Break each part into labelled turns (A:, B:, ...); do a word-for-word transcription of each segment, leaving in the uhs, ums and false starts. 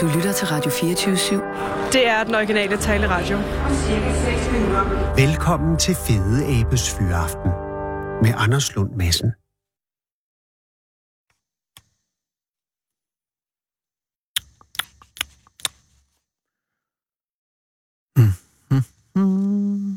A: Du lytter til Radio fireogtyve syv.
B: Det er den originale taleradio.
C: Velkommen til Fede Abes Fyraften med Anders Lund Madsen. Mm, mm, mm.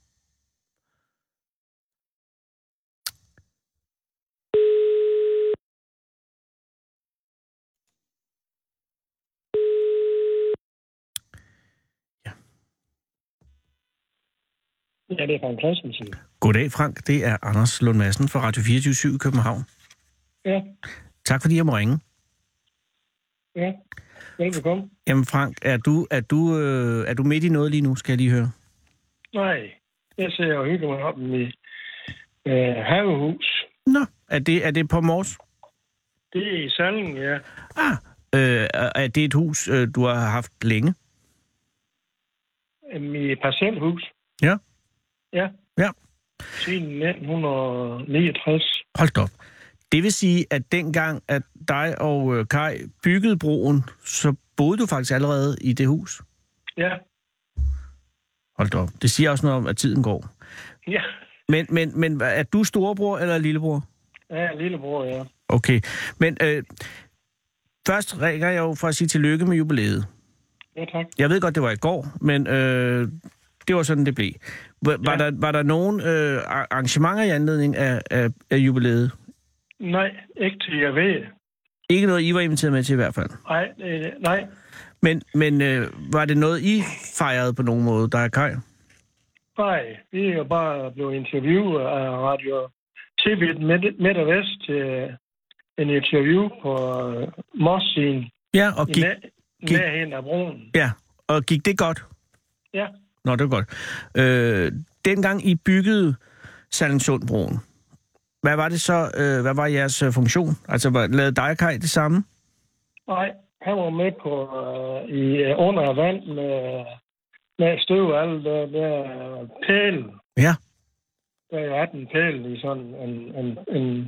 D: Ja, det er Frank Christensen.
E: Goddag, Frank. Det er Anders Lund Madsen fra Radio fireogtyve syv i København.
D: Ja.
E: Tak fordi jeg må ringe.
D: Ja, velbekomme.
E: Jamen, Frank, er du, er, du, øh, er du midt i noget lige nu, skal jeg lige høre?
D: Nej, jeg ser og hygger mig op i øh, havehus.
E: Nå, er det, er det på Mors?
D: Det er i Salling, ja.
E: Ah, øh, er det et hus, øh, du har haft længe?
D: Mit parcelhus.
E: Ja.
D: Ja.
E: Ja.
D: Siden nitten niogtres.
E: Hold op. Det vil sige, at dengang, at dig og øh, Kai byggede broen, så boede du faktisk allerede i det hus?
D: Ja.
E: Hold op. Det siger også noget om, at tiden går.
D: Ja.
E: Men, men, men er du storebror eller lillebror?
D: Ja, lillebror, ja.
E: Okay. Men øh, først ringer jeg jo for at sige tillykke med jubilæet.
D: Ja, tak.
E: Jeg ved godt, det var i går, men øh, det var sådan, det blev. Var, ja. der, var der nogen øh, arrangementer i anledning af, af, af jubilæet?
D: Nej, ikke til jeg ved.
E: Ikke noget, I var inviteret med til i hvert fald?
D: Nej, øh, nej.
E: Men, men øh, var det noget, I fejrede på nogen måde, der er Kai?
D: Nej, vi er jo bare blevet interviewet af Radio T V Midt og Vest til en interview på Mors-siden.
E: Ja, og gik...
D: Gik... Nærheden af broen.
E: Ja, og gik det godt?
D: Ja.
E: Nå, det var godt. Øh, dengang I byggede Sallingsundbroen, hvad var det så, øh, hvad var jeres øh, funktion? Altså, var, lavede dig og Kai det samme?
D: Nej, han var med på øh, i under vand med, med støv og alt det der pæl.
E: Ja.
D: Der er atten pæl i sådan en, en, en,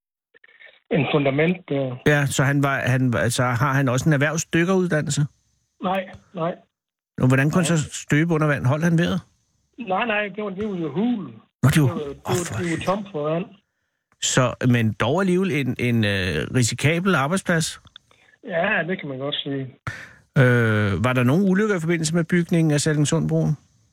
D: en fundament der.
E: Ja, så han var, han, altså, har han også en erhvervsdykkeruddannelse?
D: Nej, nej.
E: Og hvordan kunne han så støbe under vand? Holdt han vejret?
D: Nej, nej, det var, det var jo hul.
E: Nå, det var,
D: det var, det var,
E: oh,
D: det var tomt for vand.
E: Så, men dog alligevel en, en uh, risikabel arbejdsplads?
D: Ja, det kan man godt sige.
E: Øh, var der nogen ulykker i forbindelse med bygningen af Sallingsundbroen?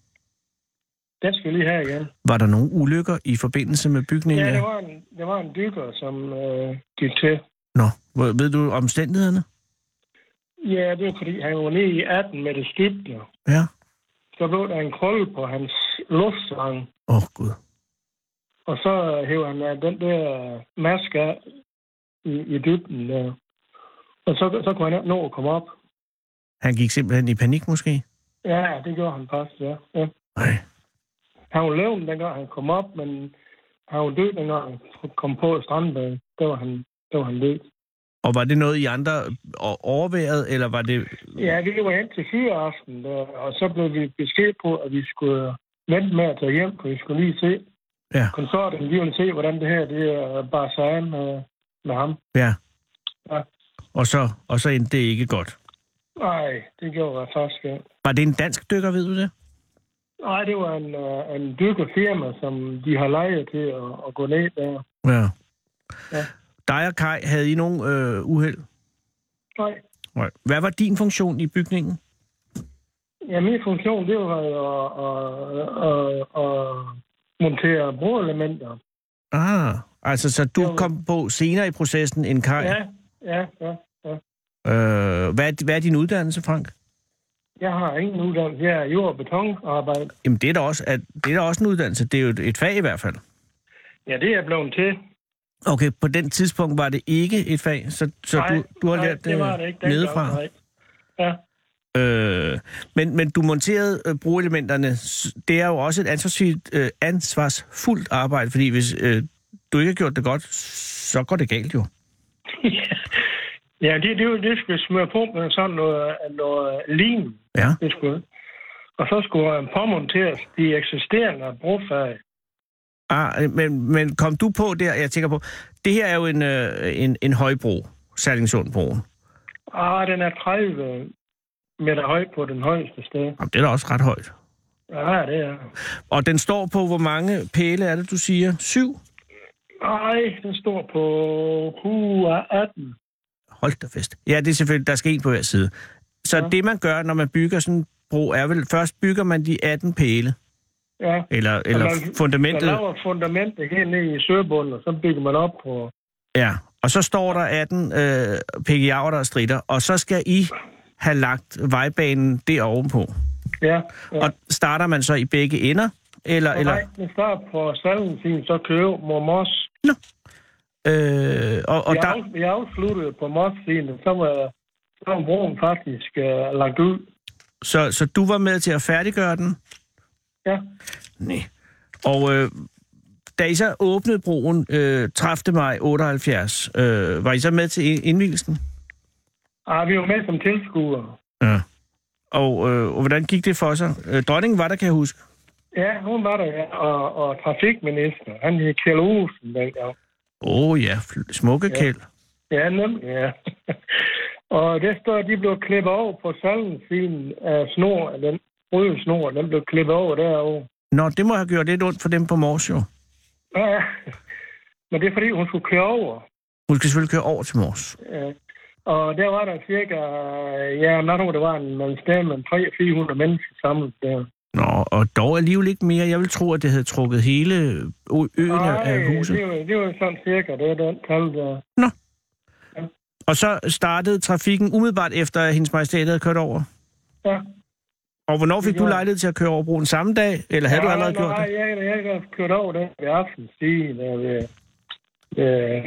D: Den skal vi lige have igen.
E: Var der nogen ulykker i forbindelse med bygningen?
D: Ja, det var en, det var en dykker, som øh, gik til.
E: Nå, ved du omstændighederne?
D: Ja, det er fordi, han var nede i atten med det stybte.
E: Ja.
D: Så blev der en krølle på hans luftstang.
E: Åh, oh, Gud.
D: Og så hævde han den der maske af i, i dybden der. Og så, så kunne han ikke nå at komme op.
E: Han gik simpelthen i panik måske?
D: Ja, det gjorde han faktisk, ja. ja.
E: Nej.
D: Han var levende, dengang han kom op, men han var død, dengang han kom på strandbadet. Der var han, der var han død.
E: Og var det noget, I andre overvejede, eller var det...
D: Ja, vi var hen til fyraften, der, og så blev vi besked på, at vi skulle vente med at tage hjem, for vi skulle lige se
E: ja.
D: konsorten. Vi ville se, hvordan det her det er bare sagen med, med ham.
E: Ja.
D: ja.
E: Og så, og så endte det ikke godt?
D: Nej, det gjorde jeg faktisk ikke.
E: Var det en dansk dykker, ved du det?
D: Nej, det var en, uh, en dykkerfirma, som de har lejet til at, at gå ned der.
E: Ja.
D: Ja.
E: Dig og Kai, havde I nogen øh, uheld?
D: Nej.
E: Nej. Hvad var din funktion i bygningen?
D: Ja, min funktion, det var at, at, at, at montere broelementer.
E: Ah, altså så du var... kom på senere i processen end Kai?
D: Ja, ja, ja. ja.
E: Øh, hvad, er, hvad er din uddannelse, Frank?
D: Jeg har ingen uddannelse. Jeg er jord- og betonarbejde.
E: Jamen, det er da også, at, det er da også en uddannelse. Det er jo et, et fag i hvert fald.
D: Ja, det er jeg blevet til.
E: Okay, på den tidspunkt var det ikke et fag, så, så
D: nej,
E: du, du har
D: nej,
E: lært det,
D: det var det ikke
E: nedefra?
D: Nej. Ja.
E: Øh, men, men du monterede øh, brugerelementerne. Det er jo også et ansvarsfuldt, øh, ansvarsfuldt arbejde, fordi hvis øh, du ikke har gjort det godt, så går det galt jo.
D: Ja, det, det, det skulle smøre på med sådan noget, noget lim.
E: Ja.
D: Det skulle. Og så skulle han påmonteres de eksisterende brofag.
E: Ah, men, men kom du på der, jeg tænker på, det her er jo en, øh, en, en højbro, Sallingsundbroen.
D: Ah, den er tredive meter høj på den højeste sted.
E: Jamen, det er da også ret højt.
D: Ja, det er.
E: Og den står på, hvor mange pæle er det, du siger? Syv?
D: Nej, den står på atten.
E: Hold da fest. Ja, det er selvfølgelig, der skal en på hver side. Så ja. Det, man gør, når man bygger sådan en bro, er vel, først bygger man de atten pæle.
D: Ja.
E: Eller, eller
D: man,
E: fundamentet.
D: Man laver fundamentet helt ned i søbunden, og så bygger man op på...
E: Ja, og så står der atten øh, P G A'er, der stritter, og så skal I have lagt vejbanen derovenpå.
D: Ja, ja.
E: Og starter man så i begge ender? Eller,
D: og
E: eller...
D: Nej, den starter på Sallentin, så kører mod Mos.
E: Nå. Øh, og, og
D: vi,
E: der...
D: af, vi afsluttede på Mos-siden, så var, så var broen faktisk uh, lagt ud.
E: Så, så du var med til at færdiggøre den?
D: Ja.
E: Nej. Og øh, da I så åbnede broen øh, tredivte maj otteoghalvfjerds, øh, var I så med til indvielsen?
D: Ah, vi var med som tilskuere.
E: Ja. Og, øh, og hvordan gik det for sig? Øh, dronningen var der, kan jeg huske.
D: Ja, hun var der, ja. Og, og trafikminister, han hed Kjeld Olsen dengang.
E: Åh oh, ja, smukke
D: ja.
E: Kjeld.
D: Ja, nemlig, ja. Og det står, de blev klippet over på Sallentin af snor, den røde snor, den blev klippet over derovre.
E: Nå, det må have gjort lidt ondt for dem på Mors, jo.
D: Ja, men det er fordi, hun skulle køre over.
E: Hun skal selvfølgelig køre over til Mors.
D: Ja. Og der var der cirka, ja, når der var en, man sted med tre til fire hundrede mennesker samlet der.
E: Nå, og dog alligevel ikke mere. Jeg vil tro, at det havde trukket hele øen
D: Nej,
E: af huset.
D: det var, det var sådan cirka, det er den tal der.
E: Nå. Ja. Og så startede trafikken umiddelbart efter, at hendes majestæt havde kørt over?
D: Ja.
E: Og hvornår fik du lejlighed til at køre over broen samme dag, eller havde ja, du allerede
D: nej,
E: gjort
D: nej,
E: det?
D: Nej, jeg, jeg har kørt over det ved aftenstien. Ved, ved,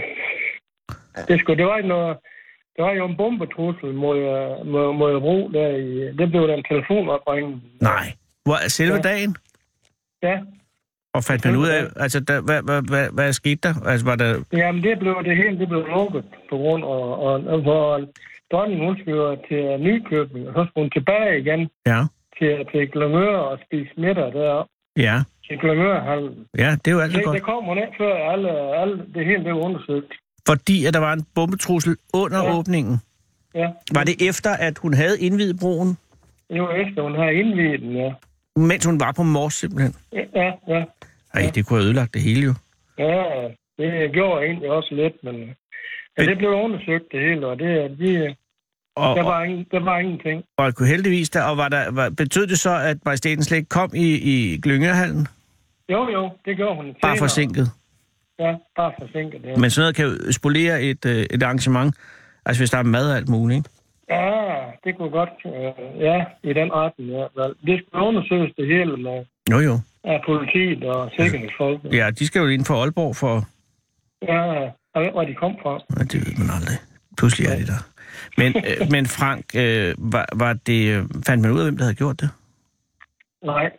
D: det, skulle, det var ikke noget... Der var jo en bombetrussel mod, mod, mod bro der i... Det blev den telefonopringning.
E: Nej. Hvor er selve
D: ja.
E: dagen?
D: Ja.
E: Og fandt man ud af... Altså, der, hvad, hvad, hvad, hvad skete der? Altså, var der...
D: Jamen, det blev det hele, det blev lukket på grund af... Og, og, hvor dronningen, hun skulle til Nykøbing, og så skulle hun tilbage igen
E: ja.
D: til, til Glyngør og spise middag deroppe.
E: Ja.
D: Til Glyngørhallen.
E: Ja, det er jo altid
D: det,
E: godt.
D: Det kom hun ind før alle, alle, det hele blev undersøgt.
E: Fordi at der var en bombetrussel under ja. åbningen?
D: Ja.
E: Var det efter, at hun havde indviet broen?
D: Det var efter, hun havde indviet den, ja.
E: Mens hun var på Mors, simpelthen?
D: Ja, ja. ja.
E: Ej, det kunne have ødelagt det hele jo.
D: Ja, det gjorde egentlig også lidt, men... Ja, det blev undersøgt det hele, og det... De, og, der, var ingen, der var ingenting.
E: Og kunne heldigvis der... Og var der, var, betød det så, at majestæten slet ikke kom i, i Glyngørhallen?
D: Jo, jo, det gjorde hun.
E: Bare forsinket?
D: Ja, bare forsinket, ja.
E: Men sådan noget kan jo spolere et, et arrangement, altså hvis der er mad og alt muligt, ikke?
D: Ja, det kunne godt, øh, ja, i den retning, ja. Det skal undersøges det hele med
E: jo, jo.
D: af politiet og sikkerhedsfolk.
E: Ja, de skal jo ind for Aalborg for...
D: Ja, jeg ved, hvor de kom fra.
E: Ja, det ved man aldrig. Pludselig er de der. Men, øh, men Frank, øh, var, var det, fandt man ud af, hvem der havde gjort det?
D: Nej.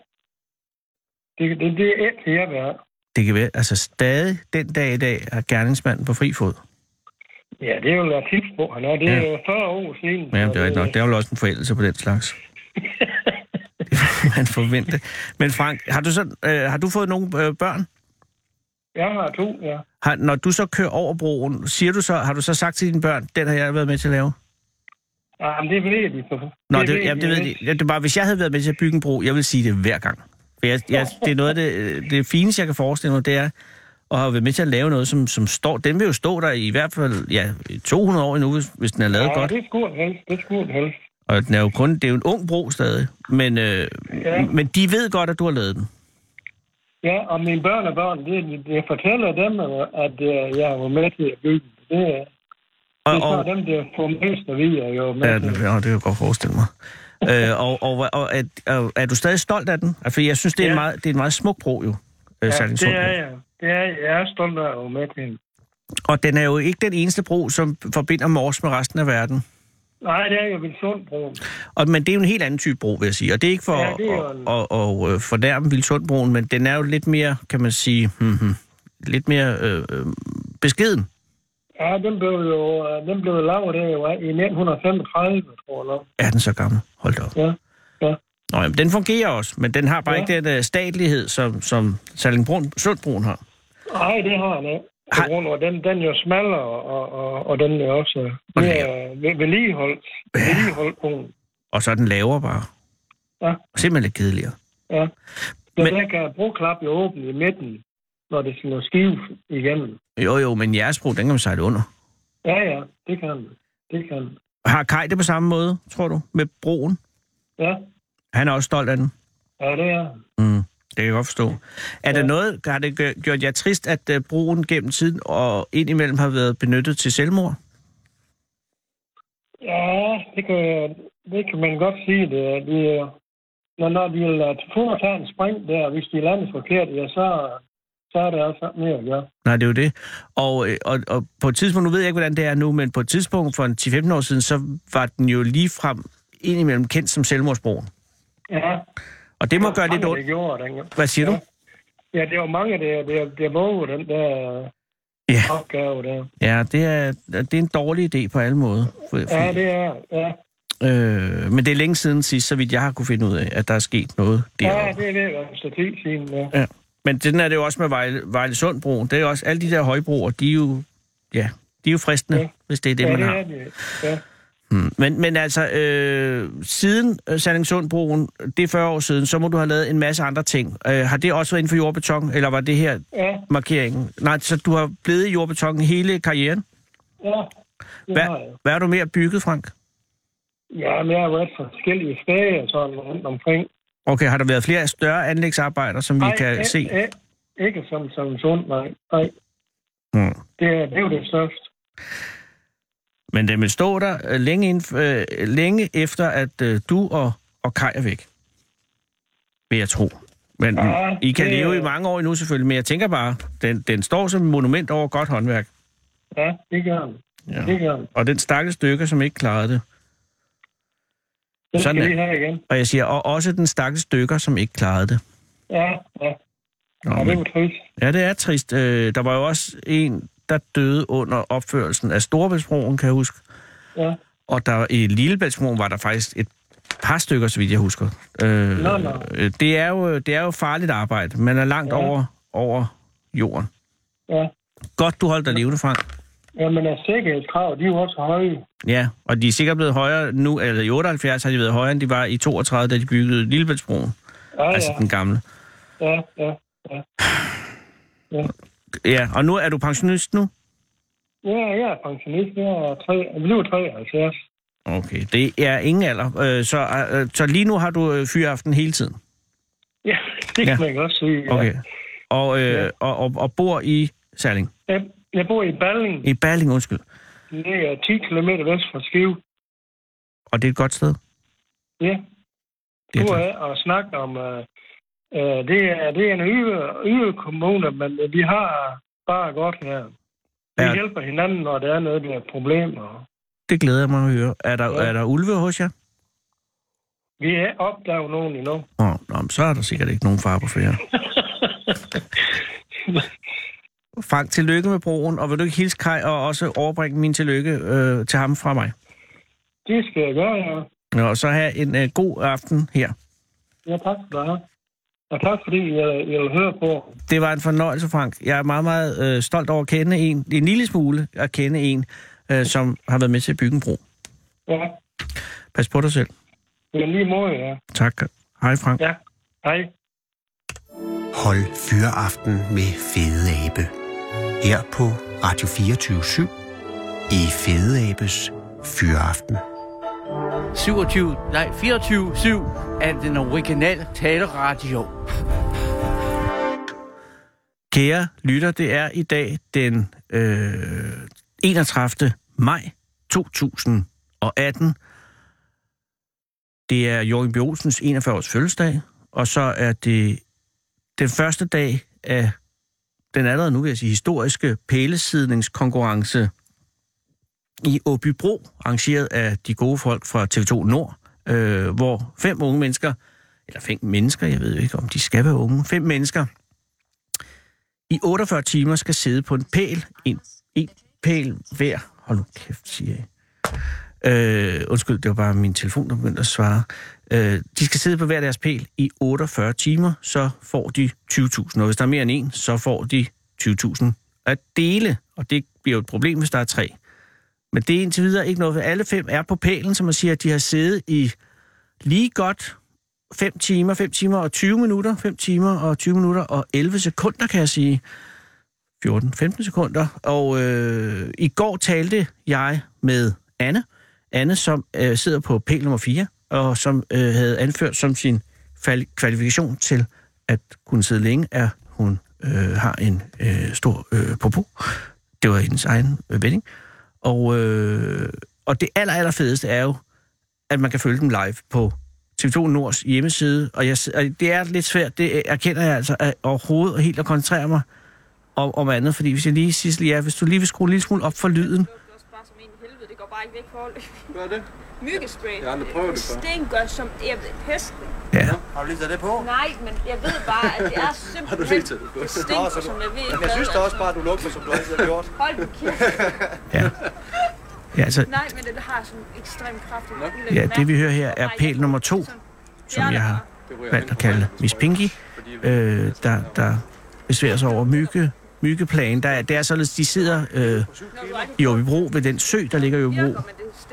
D: Det, det, det er et til jeg være.
E: Det kan være, altså stadig den dag i dag er gerningsmanden på fri fod.
D: Ja, det er jo et tips på, han er. Det er ja. jo fyrre år siden.
E: Ja, det er det, nok. Det er jo også en forældelse på den slags. Man forventer. Men Frank, har du, så, øh, har du fået nogle øh, børn?
D: Jeg har to, ja.
E: Har, når du så kører over broen, siger du så, har du så sagt til dine børn, den har jeg været med til at lave?
D: Jamen, det ved de.
E: Nå, det, det, jamen, det ved de. Det er bare, hvis jeg havde været med til at bygge en bro, jeg vil sige det hver gang. For jeg, jeg, det er noget af det, det fineste, jeg kan forestille mig, det er at have været med til at lave noget, som, som står... Den vil jo stå der i hvert fald ja, to hundrede år endnu, hvis, hvis den er lavet
D: ja,
E: godt.
D: Ja, det er sgu helst. Det er sgu helst.
E: Og den er jo kun, det er jo en ung bro stadig, men, øh, ja. men de ved godt, at du har lavet den.
D: Ja, og mine børn og børn, det, det fortæller dem, at jeg var med til at bygge den. Det er,
E: og,
D: det er
E: og,
D: dem, der får mest, og vi er jo med
E: ja,
D: til.
E: Ja, det kan jeg godt forestille mig. øh, og og, og er, er, er du stadig stolt af den? For jeg synes, det er, ja. en, meget, det er en meget smuk bro, jo.
D: Ja, det er jeg. Det er jeg. Jeg er stolt af at være med til den.
E: Og den er jo ikke den eneste bro, som forbinder Mors med resten af verden.
D: Nej, det er jo Vildsundbroen.
E: Og, men det er jo en helt anden type bro, vil jeg sige. Og det er ikke for ja, er at, en... at, at, at fornærme Vildsundbroen, men den er jo lidt mere, kan man sige, hmm, lidt mere øh, øh, beskeden.
D: Ja, den blev jo den blev lavet der i nitten femogtredive, tror jeg.
E: Er den så gammel? Hold da op.
D: Ja, ja.
E: Nå, jamen, den fungerer også, men den har bare
D: ja.
E: ikke den uh, statlighed, som, som Sallingbro-Sundbroen har.
D: Nej, det har den ikke. På grund af, den, den er jo smallere, og, og, og den er også mere vedligeholdt. Vedligeholdt broen.
E: Og så er den lavere bare.
D: Ja.
E: Simpelthen lidt kedeligere.
D: Ja. Men,
E: men
D: der kan broklap jo åbne i midten, når det skal skive igennem.
E: Jo, jo, men jeres bro, den kan man sejle under.
D: Ja, ja, det kan den. Det kan den.
E: Har Kai det på samme måde, tror du, med broen?
D: Ja.
E: Han er også stolt af den?
D: Ja, det er
E: Mm, det kan jeg godt forstå. Er
D: ja.
E: der noget, har det gjort jer trist, at uh, broen gennem tiden og indimellem har været benyttet til selvmord?
D: Ja, det kan, det kan man godt sige. Det, det, når, når de vil foretage en spring der, hvis de lander forkert, ja, så, så er det altså mere at gøre.
E: Nej, det er jo det. Og, og, og på et tidspunkt, nu ved jeg ikke, hvordan det er nu, men på et tidspunkt for ti til femten år siden, så var den jo ligefrem indimellem kendt som selvmordsbroen.
D: Ja.
E: Og det må
D: det
E: gøre lidt ondt. Hvad siger
D: ja.
E: du?
D: Ja, det er jo mange, der, der, der våger den der
E: ja.
D: opgave der.
E: Ja, det er, det er en dårlig idé på alle måder. For,
D: ja, det er, ja.
E: Øh, men det er længe siden sidst, så vidt jeg har kunne finde ud af, at der er sket noget derovre.
D: Ja, det er det, der er tid siden, ja.
E: ja. Men sådan er det jo også med Vejle, Vejle Sundbroen. Det er jo også, alle de der højbroer, de er jo, ja, de er jo fristende, ja. hvis det er det,
D: ja,
E: man
D: det
E: har.
D: Er det. Ja.
E: Hmm. Men, men altså, øh, siden Sallingsundbroen, det er fyrre år siden, så må du have lavet en masse andre ting. Øh, har det også været inden for jordbeton, eller var det her
D: ja.
E: markeringen? Nej, så du har blevet i jordbeton hele karrieren?
D: Ja, det
E: hvad,
D: har jeg.
E: Hvad har du mere bygget, Frank?
D: Ja, men jeg har været forskellige steder sådan rundt omkring.
E: Okay, har der været flere større anlægsarbejder, som vi
D: Ej,
E: kan
D: æ,
E: se?
D: Æ, ikke som, som sund, nej. nej.
E: Hmm.
D: Det, er, det er jo det største.
E: Men den vil stå der øh, længe, ind, øh, længe efter, at øh, du og, og Kai er væk. Vil jeg tro. Men
D: ja,
E: I kan
D: det,
E: leve i mange år endnu selvfølgelig, men jeg tænker bare, den, den står som et monument over godt håndværk.
D: Ja, det gør den.
E: Ja.
D: Det gør den.
E: Og den stakkels stykker, som ikke klarede det.
D: Den
E: Sådan
D: skal vi have igen.
E: Og jeg siger, og også den stakkels stykker, som ikke klarede det.
D: Ja, ja.
E: Nå,
D: ja, det var trist.
E: Ja, det er trist. Øh, der var jo også en, der døde under opførelsen af Storebæltsbroen, kan jeg huske.
D: Ja.
E: Og der i Lillebæltsbroen var der faktisk et par stykker, så vidt jeg husker. Øh,
D: nå, nå.
E: Det, er jo, det er jo farligt arbejde. Man er langt ja. over, over jorden.
D: Ja.
E: Godt, du holdt dig levende, Frank.
D: Jamen, af sikkerhedskrav, de er jo også høje.
E: Ja, og de er sikkert blevet højere nu, eller i otteoghalvfjerds har de været højere, end de var i toogtredive, da de byggede Lillebæltsbroen.
D: Ja,
E: altså
D: ja.
E: den gamle.
D: Ja, ja, ja. Ja,
E: ja og nu er du pensionist nu?
D: Ja, jeg er pensionist. Jeg er tre, jeg bliver treoghalvfjerds.
E: Okay, det er ingen alder. Øh, så, øh, så lige nu har du øh, fyraften hele tiden?
D: Ja, det kan ja. man godt sige. Ja.
E: Okay. Og, øh,
D: ja.
E: og, og, og bor i Salling?
D: Jeg, jeg bor i Balling.
E: I Balling, undskyld.
D: Det er ti kilometer vest fra Skive.
E: Og det er et godt sted?
D: Ja.
E: Det
D: du er og snakke om... Uh, uh, det, er, det er en yde kommune, men vi har bare godt her. Vi ja. hjælper hinanden, når der er noget, der er problemer.
E: Det glæder jeg mig at høre. Er der,
D: ja.
E: er der ulve hos jer?
D: Vi er opdaget nogen endnu.
E: Åh, nå, så er der sikkert ikke nogen far på færde. Frank, tillykke med broen, og vil du ikke hilse Kai og også overbringe min tillykke øh, til ham fra mig?
D: Det skal jeg gøre, ja.
E: Ja, og så have en øh, god aften her.
D: Ja, tak skal du have. Og tak fordi jeg, jeg vil høre på.
E: Det var en fornøjelse, Frank. Jeg er meget, meget øh, stolt over at kende en, en lille smule at kende en, øh, som har været med til at bygge en bro.
D: Ja.
E: Pas på dig selv.
D: Det er lige måde, ja.
E: Tak. Hej, Frank.
D: Ja, hej.
C: Hold Fyraften med Fede Abe. Her på Radio fireogtyve syv i Fede Abes Fyraften.
A: syvogtyve, nej, fireogtyve syv er den originale taleradio.
E: Kære lytter, det er i dag den øh, enogtredivte maj to tusind og atten. Det er Joachim B. Olsens enogfyrre års fødselsdag, og så er det den første dag af den allerede nu, vil jeg sige, historiske pælesidningskonkurrence i Åbybro, arrangeret af de gode folk fra T V to Nord, øh, hvor fem unge mennesker, eller fem mennesker, jeg ved ikke, om de skal være unge, fem mennesker, i otteogfyrre timer skal sidde på en pæl, en, en pæl hver. Hold nu kæft, siger jeg. Øh, undskyld, det var bare min telefon, der begyndte at svare. Øh, de skal sidde på hver deres pæl i otteogfyrre timer, så får de tyve tusind. Og hvis der er mere end en, så får de tyve tusind at dele, og det bliver jo et problem, hvis der er tre. Men det er indtil videre ikke noget, for alle fem er på pælen, som man siger, at de har siddet i lige godt fem timer, fem timer og tyve minutter, fem timer og tyve minutter og elleve sekunder, kan jeg sige. fjorten femten sekunder. Og øh, i går talte jeg med Anne. Anne, som øh, sidder på pæl nummer fire, og som øh, havde anført som sin kvalifikation til at kunne sidde længe, er hun øh, har en øh, stor øh, popo. Det var hendes egen øh, vending. Og, øh, og det aller, aller fedeste er jo, at man kan følge dem live på T V to Nords hjemmeside. Og, jeg, og det er lidt svært, det erkender jeg altså, at overhovedet helt at koncentrere mig om, om andet. Fordi hvis jeg lige, Sissel, ja, hvis du lige vil skrue en lille smule op for lyden.
B: Det går bare ikke væk forholdet.
F: Hvad er det?
B: Myggespray.
F: Jeg har aldrig prøvet det før.
B: Stinker som jeg ved, pesten.
E: Ja.
F: Har du lige taget det på?
B: Nej, men jeg ved bare, at det er simpelthen...
F: Har du lige taget det på?
B: Det stinker, som jeg ved ikke.
F: Men jeg synes da også bare, at du lugter, som du altid har gjort.
B: Hold på kæft.
E: Ja. Ja, altså,
B: Nej, men det har sådan ekstremt kraftigt.
E: ja, det vi hører her er pæl nummer to, som jeg har valgt at kalde Miss Pinky, øh, der, der besværer sig over mygge, myggeplan. Der er, det er således, de sidder øh, i Åbybro ved den sø, der ligger i Åbybro.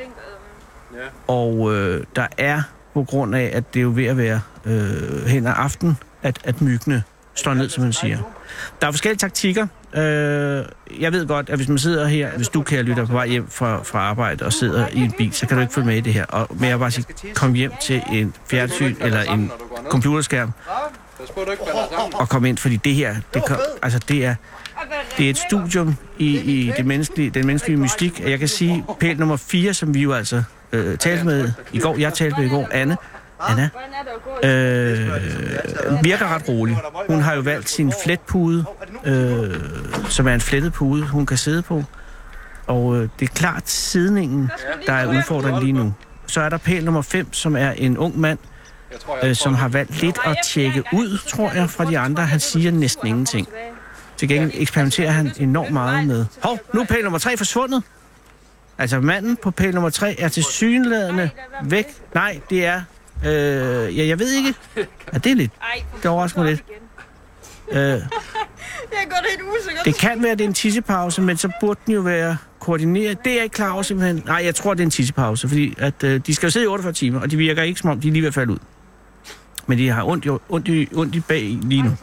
E: Og øh, der er, på grund af, at det er jo ved at være øh, hen ad aften, at, at myggene står ned, som man siger. Der er forskellige taktikker. Øh, jeg ved godt, at hvis man sidder her, hvis du kan lytte på vej hjem fra, fra arbejde og sidder i en bil, så kan du ikke følge med i det her. Og med at bare sige, kom hjem til en fjernsyn eller en computerskærm og kom ind, fordi det her, det, kom, altså det er, det er et studium i, i det menneskelige, den menneskelige mystik. Jeg kan sige, pæl nummer fire, som vi jo altså øh, talte med i går, jeg talte med i går, Anne, Anna, øh, virker ret rolig. Hun har jo valgt sin fletpude, øh, som er en flettet pude, hun kan sidde på. Og øh, det er klart sidningen, der er udfordringen lige nu. Så er der pæl nummer fem, som er en ung mand, øh, som har valgt lidt at tjekke ud, tror jeg, fra de andre. Han siger næsten ingenting. Til gengæld eksperimenterer han enormt meget med... Hov, nu er pæl nummer tre forsvundet. Altså manden på pæl nummer tre er tilsyneladende væk. Nej, det er... Øh, ja, jeg ved ikke. Ja, det er lidt... Det overrasker mig lidt. Øh,
B: Jeg er godt helt usikker.
E: det kan være, at det er en tissepause, men så burde den jo være koordineret. Det er jeg ikke klar over simpelthen. Nej, jeg tror, det er en tissepause, fordi at, øh, de skal jo sidde i otteogfyrre timer, og de virker ikke, som om de er lige ved at falde ud. Men de har ondt i, ondt i, ondt i bag lige nu.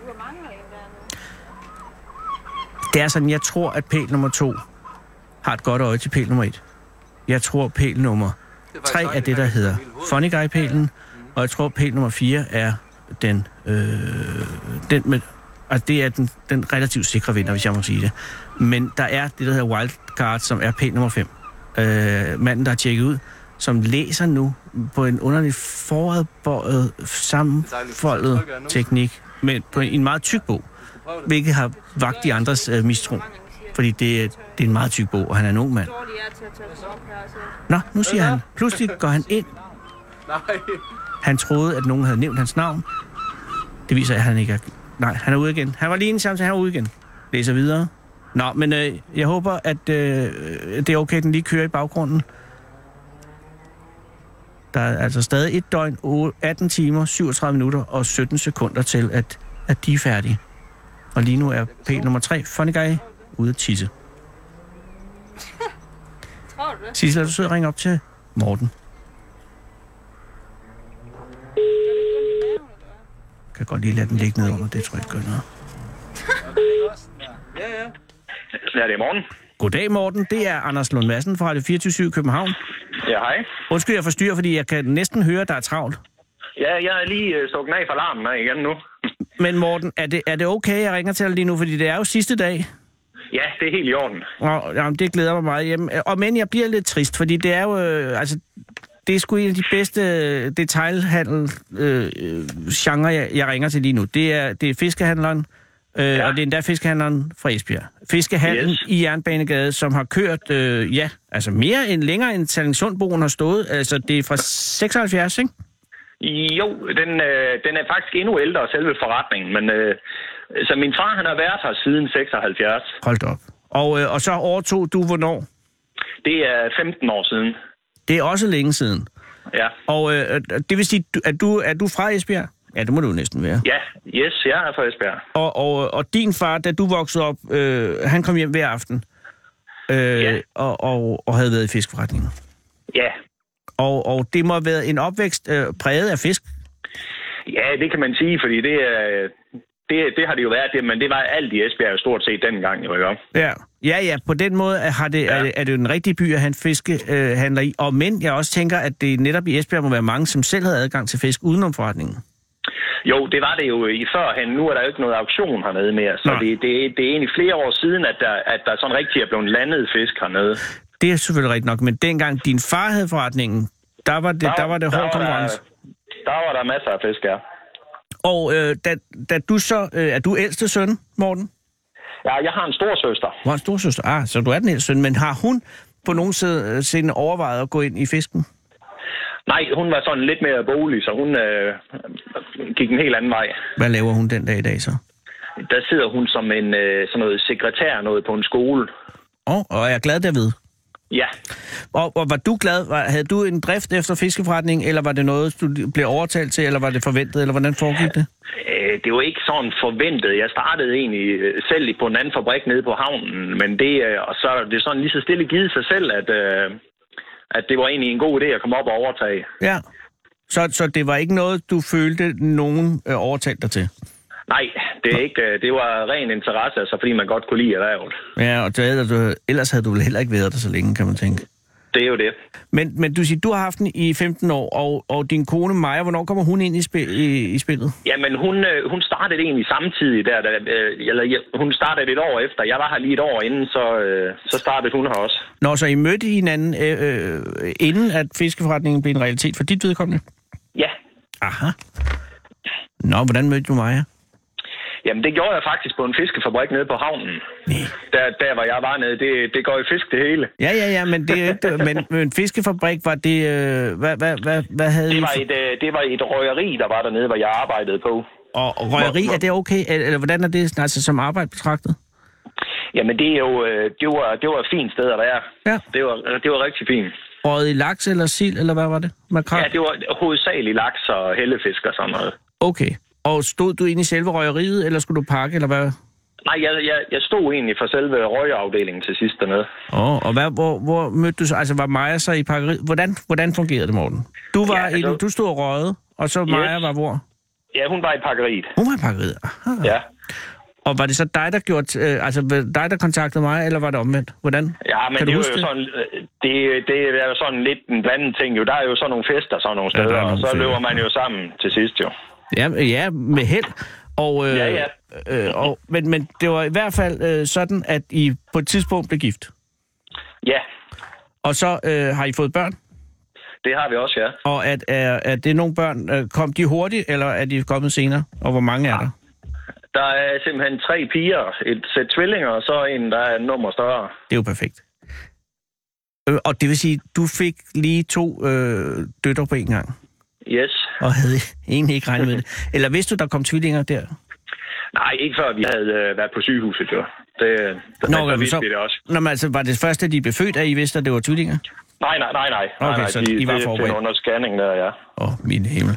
E: Det er sådan, jeg tror, at pæl nummer to har et godt øje til pæl nummer et. Jeg tror, pæl nummer tre er det, der hedder Funny Guy-pælen, og jeg tror, pæl nummer fire er den, øh, den med, altså det er den, den relativt sikre vinder, hvis jeg må sige det. Men der er det, der hedder Wildcard, som er pæl nummer fem. Øh, manden, der har tjekket ud, som læser nu på en underlig foradbøjet, sammenfoldet teknik, men på en meget tyk bog, hvilket har vagt de andres øh, mistro. Fordi det er, det er en meget tyk bog, og han er en ung mand. Nå, nu siger han, pludselig går han ind. Han troede, at nogen havde nævnt hans navn. Det viser, at han ikke er... Nej, han er ude igen. Han var lige inde samtidig, han er ude igen. Læser videre. Nå, men øh, jeg håber, at øh, det er okay, den lige kører i baggrunden. Der er altså stadig et døgn, atten timer, syvogtredive minutter og sytten sekunder til, at, at de er færdige. Og lige nu er pæl nummer tre, Funny Guy, ude at tisse. Sissel, er du sød at ringe op til Morten? Kan godt lige lade den ligge ned under, det tror jeg ikke gør noget.
G: Ja, det er Morten.
E: Goddag, Morten. Det er Anders Lund Madsen fra Radio fireogtyve syv København.
G: Ja, hej.
E: Undskyld, jeg forstyrrer, fordi jeg kan næsten høre, at der er travlt.
G: Ja, jeg er lige uh, stukket af for larmen her igen nu.
E: Men Morten, er det, er det okay, jeg ringer til dig lige nu, fordi det er jo sidste dag?
G: Ja, det er helt i orden.
E: Og, jamen, det glæder mig meget hjem. Og men jeg bliver lidt trist, fordi det er jo... Øh, altså, det er sgu en af de bedste detailhandel-genre, øh, jeg, jeg ringer til lige nu. Det er, det er fiskehandleren, øh, ja. Og det er endda fiskehandleren fra Esbjerg. Fiskehandlen yes. i Jernbanegade, som har kørt, øh, ja, altså mere end længere end Sallingsundbroen har stået. Altså, det er fra seksoghalvfjerds, ikke?
G: Jo, den, øh, den er faktisk endnu ældre, selve forretningen, men øh, så min far, han har været her siden seksoghalvfjerds.
E: Hold op. Og, øh, og så overtog du hvornår?
G: Det er femten år siden.
E: Det er også længe siden.
G: Ja.
E: Og øh, det vil sige, at du, er du fra Esbjerg? Ja, det må du næsten være.
G: Ja, Yes, jeg er fra Esbjerg.
E: Og, og, og din far, da du voksede op, øh, han kom hjem hver aften øh,
G: Ja.
E: og, og, og havde været i fiskeforretningen.
G: Ja.
E: Og, og det må have været en opvækst øh, præget af fisk.
G: Ja, det kan man sige, fordi det, er, det, det har det jo været, det, men det var alt i Esbjerg stort set dengang, jo ikke?
E: Ja, ja, ja. På den måde har det, ja. er, det, er det jo en rigtig by at have en fiskehandler øh, i. Og men jeg også tænker, at det netop i Esbjerg må være mange, som selv havde adgang til fisk udenom forretningen.
G: Jo, det var det jo i førhen. Nu er der jo ikke noget auktion hernede mere, så det, det, det er egentlig flere år siden, at der, at der sådan rigtig er blevet landet fisk hernede.
E: Det er selvfølgelig rigtigt nok, men dengang din far havde forretningen, der var det, der, der var det hård konkurrence.
G: Der, der var der masser af fisk, ja.
E: Og øh, da, da du så... Øh, er du ældste søn, Morten?
G: Ja, jeg har en stor søster.
E: Du har en stor søster. Ah, så du er den ældste søn, men har hun på nogen sinde overvejet at gå ind i fisken?
G: Nej, hun var sådan lidt mere bolig, så hun øh, gik en helt anden vej.
E: Hvad laver hun den dag i dag så?
G: Der sidder hun som en øh, sådan noget sekretær noget på en skole.
E: Åh, oh, og jeg er glad derved.
G: Ja.
E: Og, og var du glad? Var, havde du en drift efter fiskeforretning, eller var det noget, du blev overtalt til, eller var det forventet, eller hvordan foregik det?
G: Øh, det var ikke sådan forventet. Jeg startede egentlig selv på en anden fabrik nede på havnen, men det, øh, og så er det sådan lige så stille givet sig selv, at... Øh, at det var egentlig en god idé at komme op og overtage.
E: Ja, så, så det var ikke noget, du følte, nogen øh, overtalte dig til?
G: Nej, det, er ikke, det var ren interesse, altså fordi man godt kunne lide erhvervet.
E: Ja, og det, ellers havde du vel heller ikke været der så længe, kan man tænke.
G: Det er jo det.
E: Men, men du siger, du har haft den i femten år, og, og din kone Maja, hvornår kommer hun ind i, spil, i, i spillet?
G: Jamen, hun, hun startede egentlig samtidig der, der eller hun startede et år efter. Jeg var her lige et år inden, så, så startede hun her også. Nå,
E: så I mødte hinanden, øh, øh, inden at fiskeforretningen blev en realitet for dit vedkommende?
G: Ja.
E: Aha. Nå, hvordan mødte du Maja?
G: Jamen, det gjorde jeg faktisk på en fiskefabrik nede på havnen.
E: Nej.
G: Der, der hvor jeg var nede, det, det går i fisk det hele.
E: Ja, ja, ja, men, det, men, men fiskefabrik, var det... Øh, hvad, hvad, hvad, hvad havde
G: det var, et, øh, det var et røgeri, der var dernede, hvor jeg arbejdede på.
E: Og røgeri, er det okay? Eller hvordan er det altså, som arbejde betragtet?
G: Jamen, det, er jo, det, var, det var et fint sted at være.
E: Ja.
G: Det var, det var rigtig fint.
E: Røget i laks eller sild, eller hvad var det? Makrel?
G: Ja, det var hovedsageligt laks og hellefisk og sådan noget.
E: Okay. Og stod du inde i selve røgeriet, eller skulle du pakke, eller hvad?
G: Nej, jeg, jeg, jeg stod egentlig for selve røgeafdelingen til sidst dernede.
E: Åh, oh, og hvad, hvor, hvor mødte du så? Altså, var Maja så i pakkeriet? Hvordan, hvordan fungerede det, Morten? Du var ja, altså, inde, du stod og røgede, og så Maja yes. var hvor?
G: Ja, hun var i pakkeriet.
E: Hun var i pakkeriet? Aha.
G: Ja.
E: Og var det så dig, der gjorde, øh, altså dig, der kontaktede mig, eller var det omvendt? Hvordan?
G: Ja, men det er, jo sådan, det, det er jo sådan lidt en blandet ting. Jo. Der er jo sådan nogle fester sådan nogle steder, ja, og så løber man jo sammen til sidst jo.
E: Ja, ja med held. Og, øh,
G: ja, ja.
E: Øh, og, men, men det var i hvert fald øh, sådan, at I på et tidspunkt blev gift?
G: Ja.
E: Og så øh, har I fået børn?
G: Det har vi også, ja.
E: Og at, er, er det nogle børn, øh, kom de hurtigt, eller er de kommet senere? Og hvor mange er der?
G: Der er simpelthen tre piger, et sæt tvillinger, og så en, der er en nummer større.
E: Det er jo perfekt. Øh, og det vil sige, du fik lige to øh, døtre på en gang?
G: Yes.
E: Og havde egentlig ikke regnet med det. Eller vidste du, der kom tvillinger der?
G: Nej, ikke før vi havde øh, været på sygehuset, jo. Det, det,
E: Nå,
G: så vidste
E: så,
G: vi det også.
E: Nå, men altså, var det første, de blev født, at I vidste, at det var tvillinger?
G: Nej, nej, nej, nej.
E: Okay,
G: nej,
E: så
G: de,
E: I var
G: det,
E: forberedt?
G: Det under scanning der, ja.
E: Åh, oh, min himmel.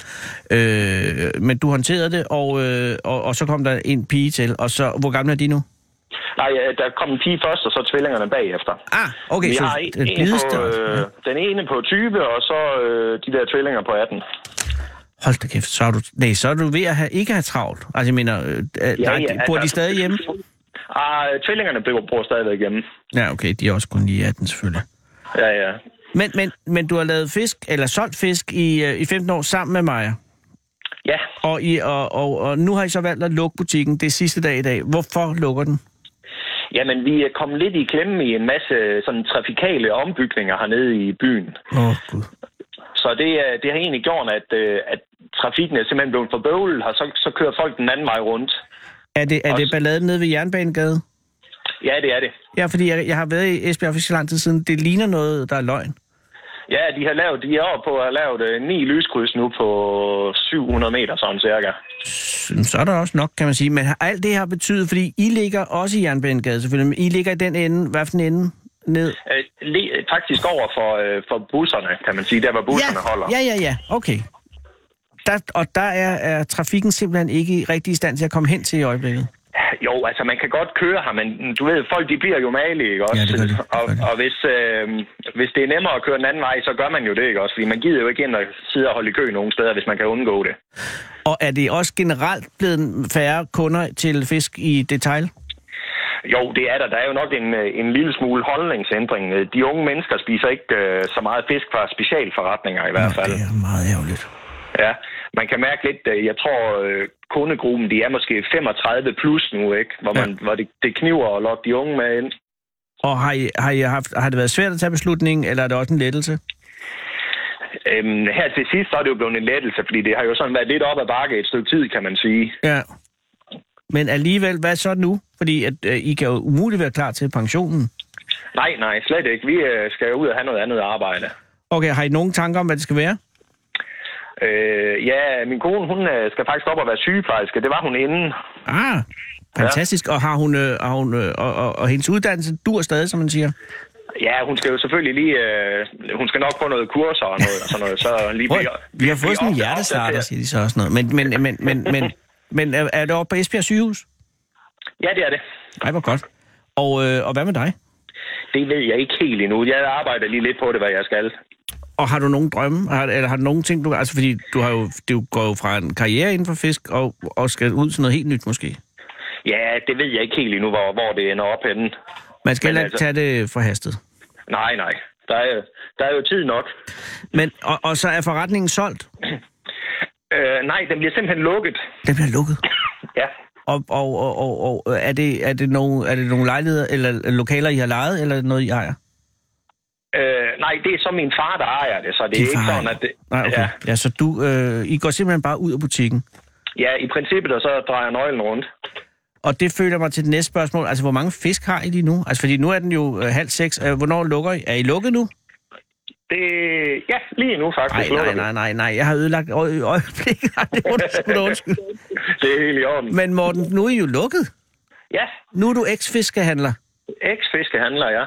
E: Øh, men du håndterede det, og, øh, og, og så kom der en pige til, og så, hvor gamle er de nu?
G: Nej, der kom en pige først, og så tvillingerne bagefter.
E: Ah, okay,
G: vi
E: så
G: har
E: den
G: en
E: blideste
G: på, øh,
E: ja.
G: Den ene på tyve, og så øh, de der tvillinger på atten.
E: Hold da kæft, så er du, nej, så er du ved at have, ikke have travlt. Altså, jeg mener, øh, ja, nej, ja, bor altså, de stadig hjemme?
G: Ah, tvillingerne bor stadigvæk hjemme.
E: Ja, okay, de er også kun lige atten, selvfølgelig.
G: Ja, ja.
E: Men, men, men du har lavet fisk, eller solgt fisk i, i femten år sammen med Maja?
G: Ja.
E: Og, I, og, og, og nu har I så valgt at lukke butikken. Det er sidste dag i dag. Hvorfor lukker den?
G: Jamen, vi er kommet lidt i klemme i en masse sådan trafikale ombygninger hernede i byen.
E: Åh, oh, Gud.
G: Så det, det har egentlig gjort, at, at trafikken er simpelthen blevet for bøvlet, og så, så kører folk den anden vej rundt.
E: Er det, er
G: og
E: det balladen nede ved Jernbanegade?
G: Ja, det er det.
E: Ja, fordi jeg, jeg har været i Esbjerg for så lang tid siden. Det ligner noget, der er løgn.
G: Ja, de har lavet, de er oppe på at have lavet uh, ni lyskryds nu på syv hundrede meter, sådan cirka.
E: Så er der også nok, kan man sige. Men alt det har betydet, fordi I ligger også i Jernbanegade selvfølgelig, men I ligger i den ende, hvad for den ende? Ned?
G: Uh, le- faktisk over for, uh, for busserne, kan man sige, der hvor busserne
E: ja,
G: holder.
E: Ja, ja, ja, okay. der, og der er, er trafikken simpelthen ikke rigtig i stand til at komme hen til i øjeblikket?
G: Jo, altså man kan godt køre her, men du ved, folk de bliver jo malige, ikke også?
E: Ja, det gør de.
G: Og,
E: det gør de.
G: og hvis, øh, hvis det er nemmere at køre den anden vej, så gør man jo det, ikke også? Fordi man gider jo ikke ind og sidde og holde i kø nogen steder, hvis man kan undgå det.
E: Og er det også generelt blevet færre kunder til fisk i detail?
G: Jo, det er der. Der er jo nok en, en lille smule holdningsændring. De unge mennesker spiser ikke øh, så meget fisk fra specialforretninger i hvert fald.
E: Nå, det er meget ærgerligt.
G: Ja, man kan mærke lidt, jeg tror, kundegruppen, de er måske femogtredive plus nu, ikke? Hvor, man, ja. hvor det, det kniver at lokke de unge med ind.
E: Og har, I, har, I haft, har det været svært at tage beslutningen, eller er det også en lettelse?
G: Øhm, her til sidst, så er det jo blevet en lettelse, fordi det har jo sådan været lidt op ad bakke et stykke tid, kan man sige.
E: Ja. Men alligevel, hvad så nu? Fordi at, øh, I kan jo umuligt være klar til pensionen.
G: Nej, nej, slet ikke. Vi øh, skal jo ud og have noget andet arbejde. Okay,
E: har I nogen tanker om, hvad det skal være?
G: Øh, ja, min kone, hun øh, skal faktisk op og være sygeplejerske. Det var hun inden.
E: Ah, fantastisk. Ja. Og har hun, øh, har hun øh, og, og, og hendes uddannelse dur stadig, som man siger?
G: Ja, hun skal jo selvfølgelig lige... Øh, hun skal nok få noget kurser og noget og sådan noget. Så lige
E: Prøv,
G: bliver,
E: vi har fået sådan en hjertestarter, siger de så også noget. Men, men, men, men, men, men er det oppe på Esbjerg sygehus?
G: Ja, det er det.
E: Ej, hvor godt. Og, øh, og hvad med dig?
G: Det ved jeg ikke helt endnu. Jeg arbejder lige lidt på det, hvad jeg skal.
E: Og har du nogen drømme? Har, eller har du nogen ting, du... Altså, fordi du, har jo, du går jo fra en karriere inden for fisk, og, og skal ud til noget helt nyt, måske?
G: Ja, det ved jeg ikke helt endnu, hvor, hvor det ender op henne.
E: Man skal heller ikke altså... tage det forhastet.
G: Nej, nej. Der er, der er jo tid nok.
E: Men, og, og så er forretningen solgt?
G: øh, nej, den bliver simpelthen lukket.
E: Den bliver lukket?
G: Ja.
E: Og, og, og, og, og er, det, er, det nogle, er det nogle lejligheder eller lokaler, I har lejet, eller noget, I ejer?
G: Øh, nej, det er så min far, der ejer det, så det
E: Din
G: er ikke
E: far,
G: sådan, at det...
E: Nej, okay. Ja. ja, så du, øh, I går simpelthen bare ud af butikken?
G: Ja, i princippet, og så drejer nøglen rundt.
E: Og det følger mig til det næste spørgsmål. Altså, hvor mange fisk har I lige nu? Altså, fordi nu er den jo øh, halv seks. Øh, hvornår lukker I? Er I lukket nu?
G: Det... Ja, lige nu faktisk.
E: Nej, nej, nej, nej, nej. Jeg har ødelagt øje, øjeblikket. Det er undskyld, undskyld.
G: Det er helt i orden.
E: Men Morten, nu er I jo lukket.
G: Ja.
E: Nu er du eks-fiskehandler.
G: Eks-fiskehandler, ja.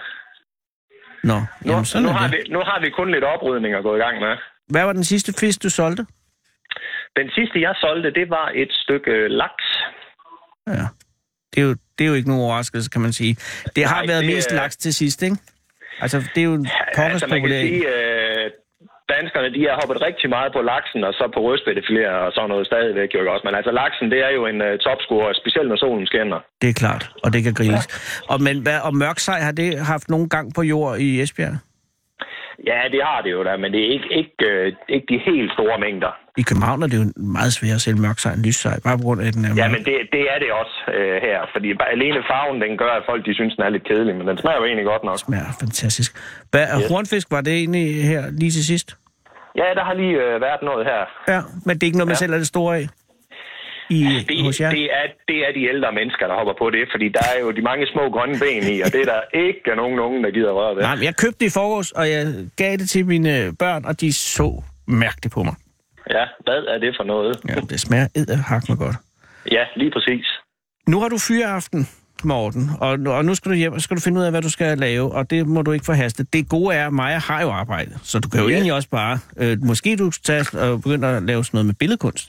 E: Nå,
G: nu,
E: jamen sådan
G: nu,
E: er
G: har
E: det.
G: vi, nu har vi kun lidt oprydning at gå i gang med.
E: Hvad var den sidste fisk, du solgte?
G: Den sidste, jeg solgte, det var et stykke laks.
E: Ja. Det er jo, det er jo ikke nogen overraskelse, kan man sige. Det har
G: Nej,
E: været
G: det,
E: mest laks til sidst, ikke? Altså, det er jo en pokkers
G: altså, man kan sige, øh, danskerne, de har hoppet rigtig meget på laksen, og så på rødspættefiléer og sådan noget stadigvæk jo også. Men altså, laksen, det er jo en uh, topscorer, specielt når solen skinner.
E: Det er klart, og det kan grilles. Ja. Og, men hvad, og mørksej, har det haft nogen gang på jord i Esbjerg?
G: Ja, det har det jo da, men det er ikke, ikke, øh, ikke de helt store mængder.
E: I København er det jo meget svært at sælge mørksej end lyssej, bare på grund af den her.
G: Ja, men det, det er det også øh, her, fordi alene farven, den gør, at folk de synes, den er lidt kedelig, men den smager jo egentlig godt nok.
E: Det smager fantastisk. Hvad, yes. Hornfisk, var det egentlig her lige til sidst?
G: Ja, der har lige øh, været noget her.
E: Ja, men det er ikke noget, man ja. selv er det store af? I,
G: det,
E: hos jer?
G: Det, er, det er de ældre mennesker, der hopper på det, fordi der er jo de mange små grønne ben i, og det er der ikke nogen nogen, der gider røre ved.
E: Nej, men jeg købte det i forgårs, og jeg gav det til mine børn, og de så mærkeligt på mig.
G: Ja, hvad er det for noget?
E: Ja, det smager edderhak med godt.
G: Ja, lige præcis.
E: Nu har du fyreaften, Morten, og, og nu skal du hjem, og skal du finde ud af, hvad du skal lave, og det må du ikke forhaste. Det gode er, at Maja har jo arbejde, så du kan jo yes. egentlig også bare... Øh, måske du skal tage og begynde at lave sådan noget med billedkunst.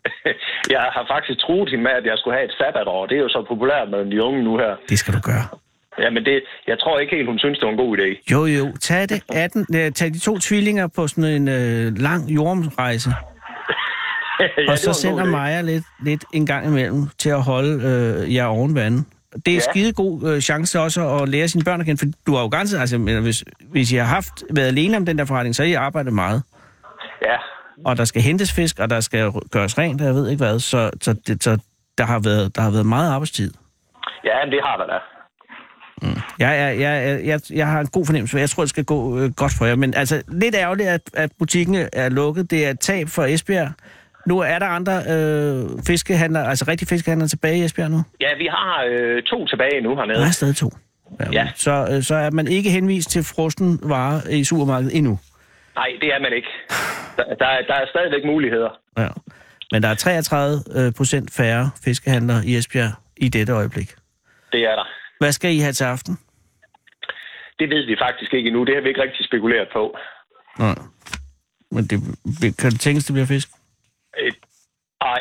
G: Jeg har faktisk troet hende med, at jeg skulle have et sabbatår. Det er jo så populært med de unge nu her.
E: Det skal du gøre.
G: Jamen, det, jeg tror ikke helt, hun synes, det var en god idé.
E: Jo, jo. Tag, det atten, tag de to tvillinger på sådan en øh, lang jordomrejse. ja, og så sender Maja lidt, lidt en gang imellem til at holde øh, jer oven vandet. Det er ja. skide god øh, chance også at lære sine børn igen, for du har jo garanteret, altså, hvis, hvis I har haft været alene om den der forretning, så har I arbejdet meget.
G: Ja. Og
E: der skal hentes fisk, og der skal gøres rent, og jeg ved ikke hvad, så, så, det, så der, har været, der har været meget arbejdstid.
G: Ja, det har der da.
E: Mm. Jeg, jeg, jeg, jeg, jeg har en god fornemmelse, for jeg tror, det skal gå øh, godt for jer. Men altså, lidt ærgerligt, at, at butikken er lukket. Det er et tab for Esbjerg. Nu er der andre øh, fiskehandlere, altså rigtige fiskehandlere tilbage i Esbjerg nu?
G: Ja, vi har øh, to tilbage nu hernede.
E: Der er stadig to. Ja.
G: ja.
E: Så, øh, så er man ikke henvist til frosten varer i supermarkedet endnu?
G: Nej, det er man ikke. Der, der, er, der er stadigvæk muligheder.
E: Ja. Men der er treogtredive procent færre fiskehandlere i Esbjerg i dette øjeblik.
G: Det er der.
E: Hvad skal I have til aften?
G: Det ved vi faktisk ikke endnu. Det har vi ikke rigtig spekuleret på.
E: Nej. Men det, kan det tænkes, det bliver fisk?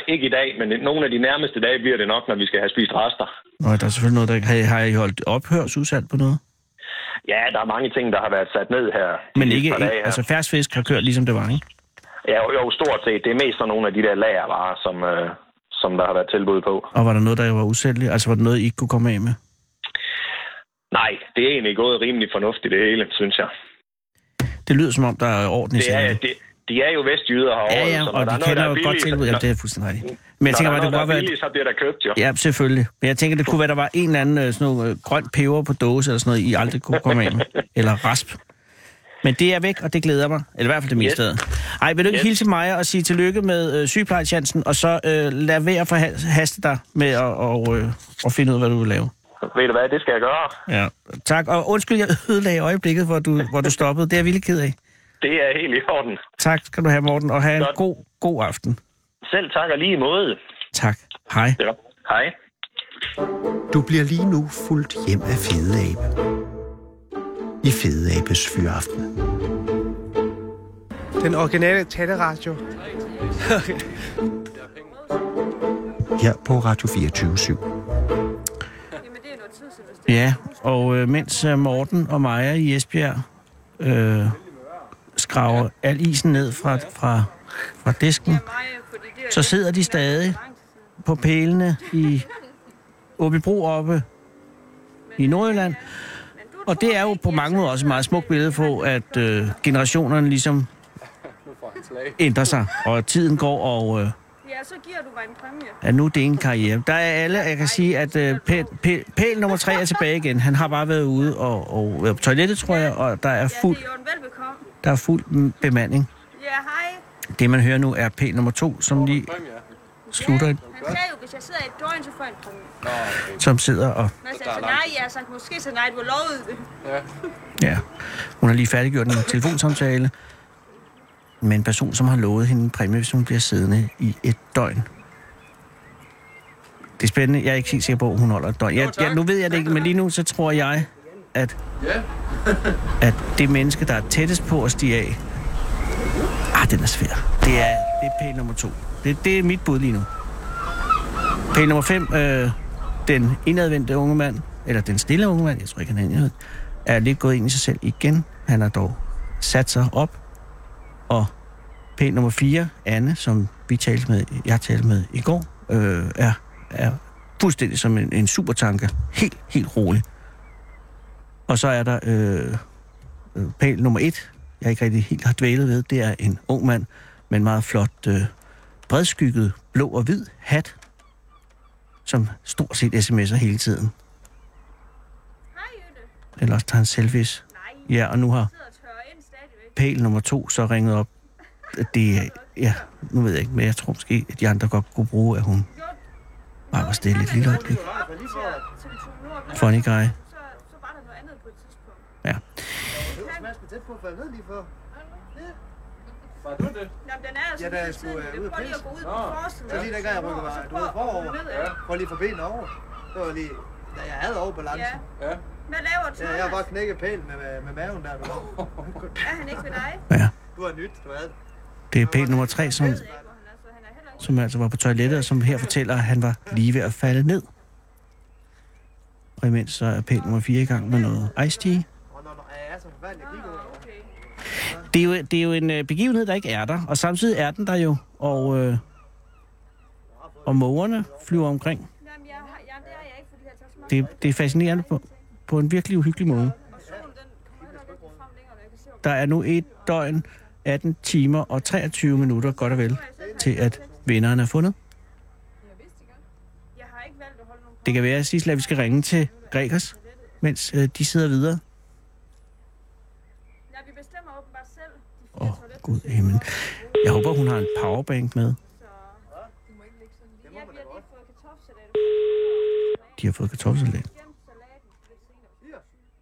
G: ikke i dag, men nogle af de nærmeste dage bliver det nok, når vi skal have spist rester.
E: Nå, der er selvfølgelig noget, der har, har I holdt ophørsudsalg på noget?
G: Ja, der er mange ting, der har været sat ned her.
E: Men ikke, ikke altså fersk fisk har kørt ligesom det var, ikke?
G: Ja, jo, jo, stort set. Det er mest sådan nogle af de der lagervarer, som, øh, som der har været tilbud på.
E: Og var der noget, der var usælgeligt? Altså var der noget, I ikke kunne komme af med?
G: Nej, det er egentlig gået rimelig fornuftigt det hele, synes jeg.
E: Det lyder som om, der er orden i sagen.
G: Det, de er jo vestjyder herovre.
E: Ja, ja, og de kender jo godt tilbud. Ja, det er fuldstændig rigtigt. Men jeg tænker,
G: når der
E: det
G: er
E: kunne
G: noget, der er
E: være...
G: billigt, så bliver der købt, jo.
E: Ja, selvfølgelig. Men jeg tænker, det kunne være, der var en eller anden sådan noget, grøn peber på dåse, eller sådan noget, I aldrig kunne komme af med. Eller rasp. Men det er væk, og det glæder mig. Eller i hvert fald det meste. Yes. Ej, vil du ikke yes. hilse mig og sige tillykke med øh, sygeplejechancen, og så øh, lad være for haste dig med at og, øh, og finde ud af, hvad du vil lave.
G: Ved du hvad, det skal jeg gøre.
E: Ja, tak. Og undskyld, jeg ødelagde øjeblikket, hvor du, hvor du stoppede. Det er jeg vildt ked af.
G: Det er helt i orden.
E: Tak skal du have, Morten, og have en god, god aften.
G: Selv tak og lige måde.
E: Tak. Hej.
G: Ja. Hej.
C: Du bliver lige nu fuldt hjem af Fede Abe. I Fede Abes Fyraften.
H: Den originale taleradio.
C: Her på Radio fireogtyve syv.
E: Ja, og øh, mens Morten og Maja i Esbjerg øh, skraver al isen ned fra, fra, fra disken, så sidder de stadig på pælene i Åbybro oppe i Nordjylland. Og det er jo på mange måder også et meget smukt billede på, at øh, generationerne ligesom ændrer sig, og tiden går, og... Øh,
B: Ja, så giver du mig en præmie.
E: Ja, nu er det en karriere. Der er alle, jeg kan sige, at uh, pæl, pæl, pæl nummer tre er tilbage igen. Han har bare været ude og, og været på toilettet, tror jeg, og der er fuld,
B: Ja, det er jo en velbekomme.
E: der er fuld bemanding.
B: Ja, hej.
E: Det, man hører nu, er pæl nummer to, som lige slutter,
B: Ja, han sagde jo, hvis jeg sidder i et døgn, så får jeg en præmie.
E: som sidder og...
B: Nå, jeg sagde, nej, jeg har sagt måske så nej, du har lovet det.
E: Ja, hun har lige færdiggjort en telefonsamtale med en person, som har lovet hende en præmie, hvis hun bliver siddende i et døgn. Det er spændende. Jeg er ikke helt sikker på, at hun holder et døgn. Jeg, jeg, nu ved jeg det ikke, men lige nu så tror jeg, at, at det menneske, der er tættest på at stige af... Ah, den er svær. Det er, det er pæl nummer to. Det, det er mit bud lige nu. Pæl nummer fem, øh, den indadvendte unge mand, eller den stille unge mand, jeg tror ikke, han er indadvendt, er lidt gået ind i sig selv igen. Han har dog sat sig op. Og pæl nummer fire, Anne, som vi talte med, jeg talte med i går, øh, er, er fuldstændig som en, en supertanke. Helt, helt rolig. Og så er der øh, øh, pæl nummer et, jeg ikke rigtig helt har dvælet ved, det er en ung mand med en meget flot, øh, bredskygget, blå og hvid hat, som stort set sms'er hele tiden.
B: Hej, Jytte.
E: Ellers tager han selfies.
B: Nej,
E: Ja, og nu har
B: jeg sidder og tørrer ind stadigvæk.
E: pæl nummer to så ringet op. Det er, ja, nu ved jeg ikke, men jeg tror måske, at de andre godt kunne bruge, at hun bare var stille et lille øjeblik. Funny guy.
B: Så, så var der noget andet på et tidspunkt.
E: Ja.
F: Man skal tæt på at falde ned lige før.
B: Var du det? Jamen, den er altså
F: Ja, da jeg
B: lige
F: skulle,
B: tiden.
F: øh, ud at
B: Prøv lige at
F: pisse.
B: gå ud på forsiden.
F: Så lige dengang jeg rykkede mig, du ved, forover. Prøv lige for benene over. Det var lige, da jeg havde overbalancen.
B: Ja. Hvad laver
F: Ja,
B: Thomas?
F: jeg har bare knækket pælen med, med, med maven der. Du.
B: Er han ikke ved dig?
E: Ja,
F: Du har nyt, du havde.
E: det er pæl nummer tre, som,
B: Jeg ved ikke, hvor han er, så han er heller ikke.
E: som altså var på toilettet, og som her fortæller, at han var lige ved at falde ned. Og imens så er pæl nummer fire i gang med noget Ice Tea.
F: Åh, nå, nå, jeg er så forfærdelig at kigge over.
B: Okay.
E: Det er, jo, det er jo en øh, begivenhed, der ikke er der, og samtidig er den der jo, og, øh, og mågerne flyver omkring.
B: Jamen, jeg, har- jeg, det er jeg ikke, fordi jeg tager så meget.
E: Det, det er fascinerende på, på en virkelig uhyggelig måde.
B: Og solen, den kommer heller ikke rigtig frem længere, når jeg kan se, hvor
E: Der er nu et døgn, atten timer og treogtyve minutter, godt og vel, til at vinderen er fundet.
B: jeg har ikke valgt at holde nogen.
E: Det kan være, at Sisla, vi skal ringe til Gregers, mens øh, de sidder videre.
B: Ja, vi bestemmer åbenbart selv. De
E: Åh, oh, gud himmel. Jeg håber, hun har en powerbank med.
B: Ja, vi har lige fået kartoffelsalat.
E: De har fået kartoffelsalat.
B: Gemt salaten lidt senere.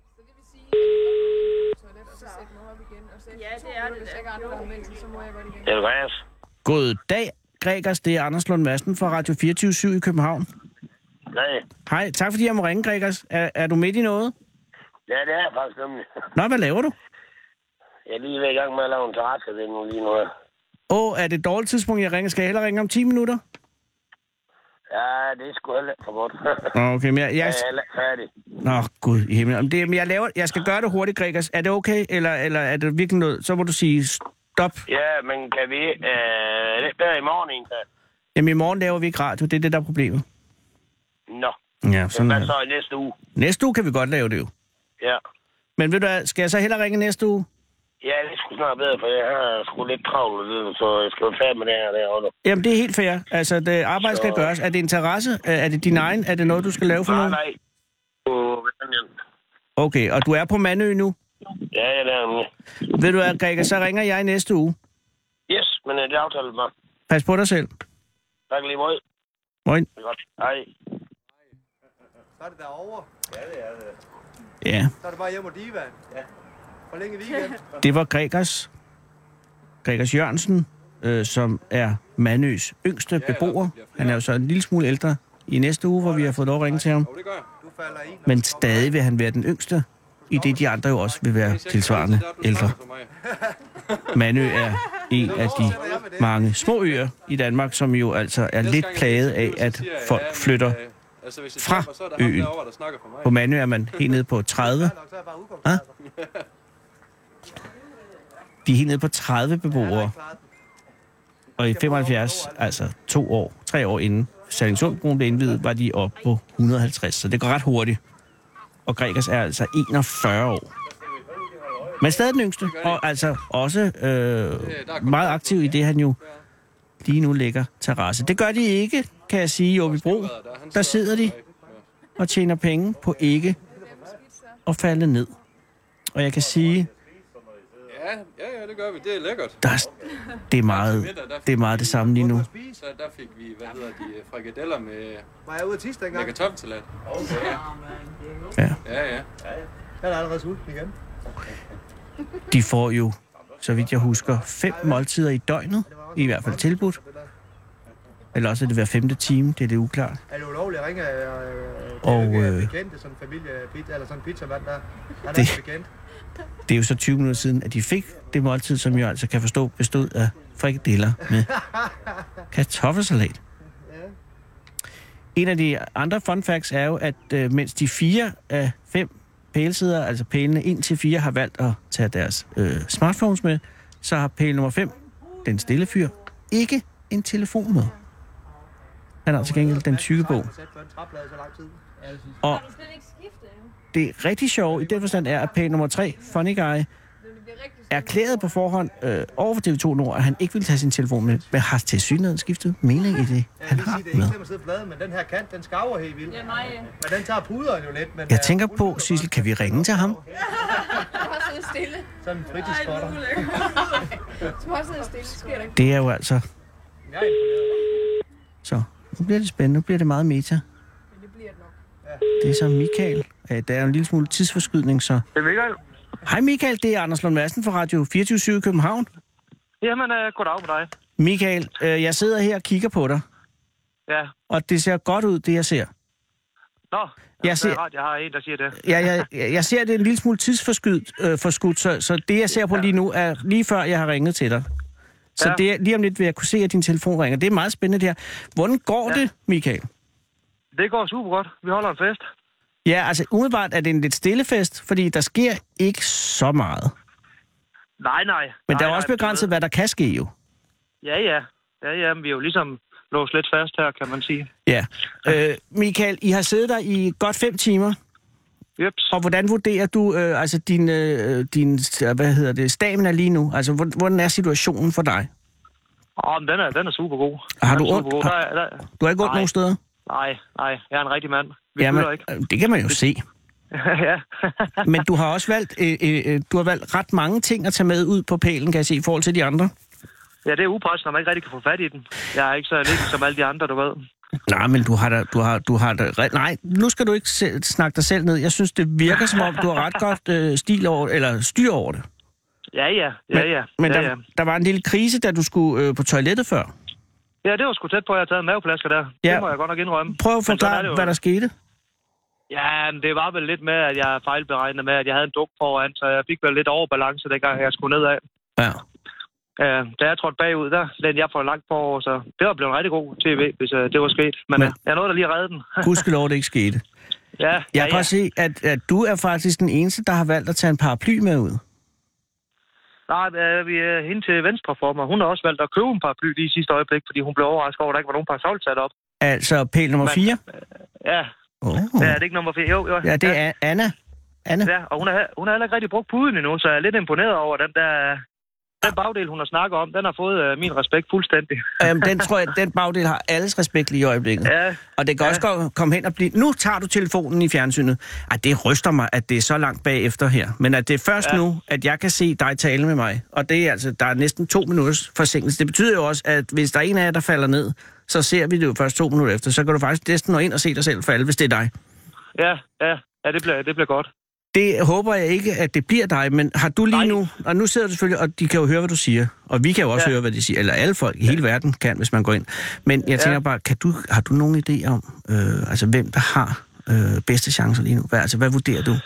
B: Ja, det er det da. Jo.
G: Elvas.
E: God dag, Gregers. Det er Anders Lund Madsen fra Radio fireogtyve syv i København.
G: Nej.
E: Hej, tak fordi jeg må ringe, Gregers. Er, er du midt i noget?
G: Ja, det er faktisk nemlig.
E: Nå, hvad laver du?
G: Jeg er lige ved i gang med at lave en terrasse lige nu. Lige nu.
E: Åh, er det et dårligt tidspunkt, jeg ringer? Skal jeg hellere ringe om ti minutter?
H: Ja, det er sgu heller for godt.
E: Okay, men jeg... jeg...
H: Jeg er heller ikke færdig.
E: Nå, gud i himlen. Det, men jeg, laver, jeg skal gøre det hurtigt, Gregers. Er det okay, eller, eller er det virkelig noget? Så må du sige stop.
H: Ja, men kan vi... Øh, det er i morgen, egentlig.
E: Jamen, i morgen laver vi ikke radio. Det er det, der er problemet.
H: Nå.
E: Ja, sådan
H: Hvad
E: er.
H: så i næste uge?
E: Næste uge kan vi godt lave det jo.
H: Ja.
E: Men ved du hvad, skal jeg så hellere ringe næste uge?
H: Ja, det er sgu snart bedre, for jeg har sgu lidt travlt, så jeg skal være færdig med det her derovre.
E: Jamen, det er helt fair. Altså, det arbejde
H: så...
E: skal gøres. Er det interesse? Er det din egen? Er det noget, du skal lave for
H: nej,
E: nogen?
H: Nej, nej.
E: Okay, og du er på Mandø nu?
H: Ja, ja, det er nu.
E: Ved du hvad, Gregers, så ringer jeg i næste uge.
H: Yes, men det er aftalt mig.
E: Pas på dig selv.
H: Tak lige meget.
E: Moin.
H: Det er godt. Hej.
F: Så er det derovre. Ja, det er det.
E: Ja.
F: Så er det bare hjem og divan. Ja. For længe weekend.
E: Det var Gregers. Gregers Jørgensen, øh, som er Mandøs yngste beboer. Han er jo så en lille smule ældre i næste uge, hvor vi har fået lov at ringe til ham. Men stadig vil han være den yngste, i det de andre jo også vil være tilsvarende ældre. Mandø er en af de mange små øer i Danmark, som jo altså er lidt plaget af, at folk flytter fra øen. På Mandø er man helt nede på tredive. Ah? De er helt nede på tredive beboere. Og i femoghalvfjerds, altså to år, tre år inden Sallingsundbroen blev indviet, var de oppe på et hundrede og halvtreds. Så det går ret hurtigt. Og Gregers er altså enogfyrre år. Men stadig den yngste, og altså også øh, meget aktiv i det, han jo lige nu lægger terrasse. Det gør de ikke, kan jeg sige, i Åbybro. Der sidder de og tjener penge på ikke at falde ned. Og jeg kan sige...
I: Ja, ja, ja, det gør vi. Det er lækkert.
E: Der er, det, er meget, det er meget det samme lige nu.
I: Så der fik vi, hvad hedder de, frikadeller med...
F: Var jeg ude at tisse dengang?
I: Med kartoffelsalat.
F: Okay.
E: Ja.
I: Ja, ja.
F: Jeg er allerede sulten igen.
E: De får jo, så vidt jeg husker, fem måltider i døgnet. I hvert fald tilbudt. Eller også er det hver femte time, det er det uklart.
F: Er det ulovligt at ringe øh,
E: og,
F: øh, bekendte, sådan en familiepizza, eller sådan en pizzamand der? Han er
E: det,
F: ikke bekendt.
E: Det er jo så tyve minutter siden, at de fik det måltid, som jeg altså kan forstå bestod af frikadeller med kartoffelsalat. En af de andre fun facts er jo, at øh, mens de fire af fem pælesider, altså pælene en til fire, har valgt at tage deres øh, smartphones med, så har pæl nummer fem, den stille fyr, ikke en telefon med. Han har til gengæld den tykke bog. Og det rigtig sjove i den forstand er, at pæl nummer tre, Funny Guy, erklærede på forhånd øh, over for T V to Nord, at han ikke ville tage sin telefon med, men har til synligheden skiftet mening i det, han har med.
F: Det er ikke at sidde flade, men den her kant, den skaver helt vildt. Ja, nej. Men den tager puderen jo lidt. Men
E: jeg tænker på, Sissel, kan vi ringe til ham?
B: Bare sidde stille.
F: Sådan en fritidspotter.
B: Så bare sidde stille, sker der ikke.
E: Det er jo altså... Så, nu bliver det spændende. Nu bliver det meget meta.
B: Men det bliver det nok.
E: Det er så Michael. Der er en lille smule tidsforskydning, så...
J: Det er Michael.
E: Hej Michael, det er Anders Lund Madsen fra Radio fireogtyve syv i København.
J: Jamen, uh, goddag med dig.
E: Michael, øh, jeg sidder her og kigger på dig.
J: Ja.
E: Og det ser godt ud, det jeg ser.
J: Nå,
E: jeg, ser,
J: det er ret, jeg har en, der siger det.
E: Ja, jeg, jeg ser det en lille smule tidsforskudt, øh, forskudt, så, så det jeg ser på lige nu er lige før jeg har ringet til dig. Så ja. det, lige om lidt vil jeg kunne se, at din telefon ringer. Det er meget spændende det her. Hvordan går ja. det, Michael?
J: Det går super godt. Vi holder en fest.
E: Ja, altså umiddelbart er det en lidt stille fest, fordi der sker ikke så meget.
J: Nej, nej.
E: Men
J: nej,
E: der er også begrænset, hvad der kan ske jo.
J: Ja, ja. Ja, ja, men vi er jo ligesom låst lidt fast her, kan man sige.
E: Ja. Øh, Michael, I har siddet der i godt fem timer.
J: Jeps.
E: Og hvordan vurderer du øh, altså din, øh, din hvad hedder det, stamina lige nu? Altså, hvordan er situationen for dig?
J: Åh, men den er, den er super god.
E: Har
J: den
E: du ondt? Har, der, der... Du har ikke ondt nogen steder?
J: Nej, nej. Jeg er en rigtig mand. Vi
E: Jamen,
J: ikke.
E: Det kan man jo se.
J: Ja.
E: Men du har også valgt, øh, øh, du har valgt ret mange ting at tage med ud på pælen, kan jeg se, i forhold til de andre.
J: Ja, det er upressende, når man ikke rigtig kan få fat i den. Jeg er ikke så lidt som alle de andre, du ved.
E: Nej, men du har da, du har, du har da, nej, nu skal du ikke selv, snakke dig selv ned. Jeg synes, det virker som om, du har ret godt øh, stil over, eller styr over det.
J: Ja, ja, ja, ja.
E: Men
J: ja,
E: der,
J: ja.
E: der var en lille krise, da du skulle øh, på toilettet før.
J: Ja, det var sgu tæt på, at jeg havde taget en maveplasker der.
E: Ja.
J: Det må jeg godt nok indrømme.
E: Prøv at forklare, hvad der skete.
J: Ja, det var vel lidt med, at jeg fejlberegnede med, at jeg havde en duk foran, så jeg fik vel lidt overbalance, dengang jeg skulle nedad.
E: Ja.
J: Uh, da jeg trådte bagud, der lænede jeg for langt på, så det var blevet en rigtig god tv, hvis uh, det var sket. Men, Men uh, jeg nåede da lige at redde den.
E: Gudskelov, det ikke skete.
J: Ja,
E: jeg
J: ja,
E: kan
J: ja.
E: også se, at, at du er faktisk den eneste, der har valgt at tage en paraply med ud.
J: Nej, uh, vi er hende til venstre for mig. Hun har også valgt at købe en paraply lige i sidste øjeblik, fordi hun blev overrasket over, at der ikke var nogen parasol sat op.
E: Altså pæl nummer fire?
J: Uh, ja.
E: Oh.
J: Ja, er det ikke nummer fire? Jo, jo.
E: Ja, det er Anna. Anna.
J: Ja, og hun har, hun har heller ikke rigtig brugt puden endnu, så jeg er lidt imponeret over den der... Den bagdel, hun har snakket om, den har fået uh, min respekt fuldstændig.
E: Øhm, den tror jeg, den bagdel har alles respekt lige i øjeblikket.
J: Ja.
E: Og det kan ja. også gå, komme hen og blive... Nu tager du telefonen i fjernsynet. Ej, det ryster mig, at det er så langt bagefter her. Men at det er først ja. nu, at jeg kan se dig tale med mig. Og det er altså, der er næsten to minutters forsinkelse. Det betyder jo også, at hvis der er en af jer, der falder ned, så ser vi det jo først to minutter efter. Så kan du faktisk næsten nå ind og se dig selv falde, hvis det er dig.
J: Ja, ja. Ja, det bliver, det bliver godt.
E: Det håber jeg ikke, at det bliver dig, men har du lige Nej. nu... Og nu sidder du selvfølgelig, og de kan jo høre, hvad du siger. Og vi kan jo også ja. høre, hvad de siger. Eller alle folk i hele verden kan, hvis man går ind. Men jeg tænker ja. bare, kan du, har du nogen idé om, øh, altså hvem der har øh, bedste chancer lige nu? Hvad, altså, hvad vurderer du?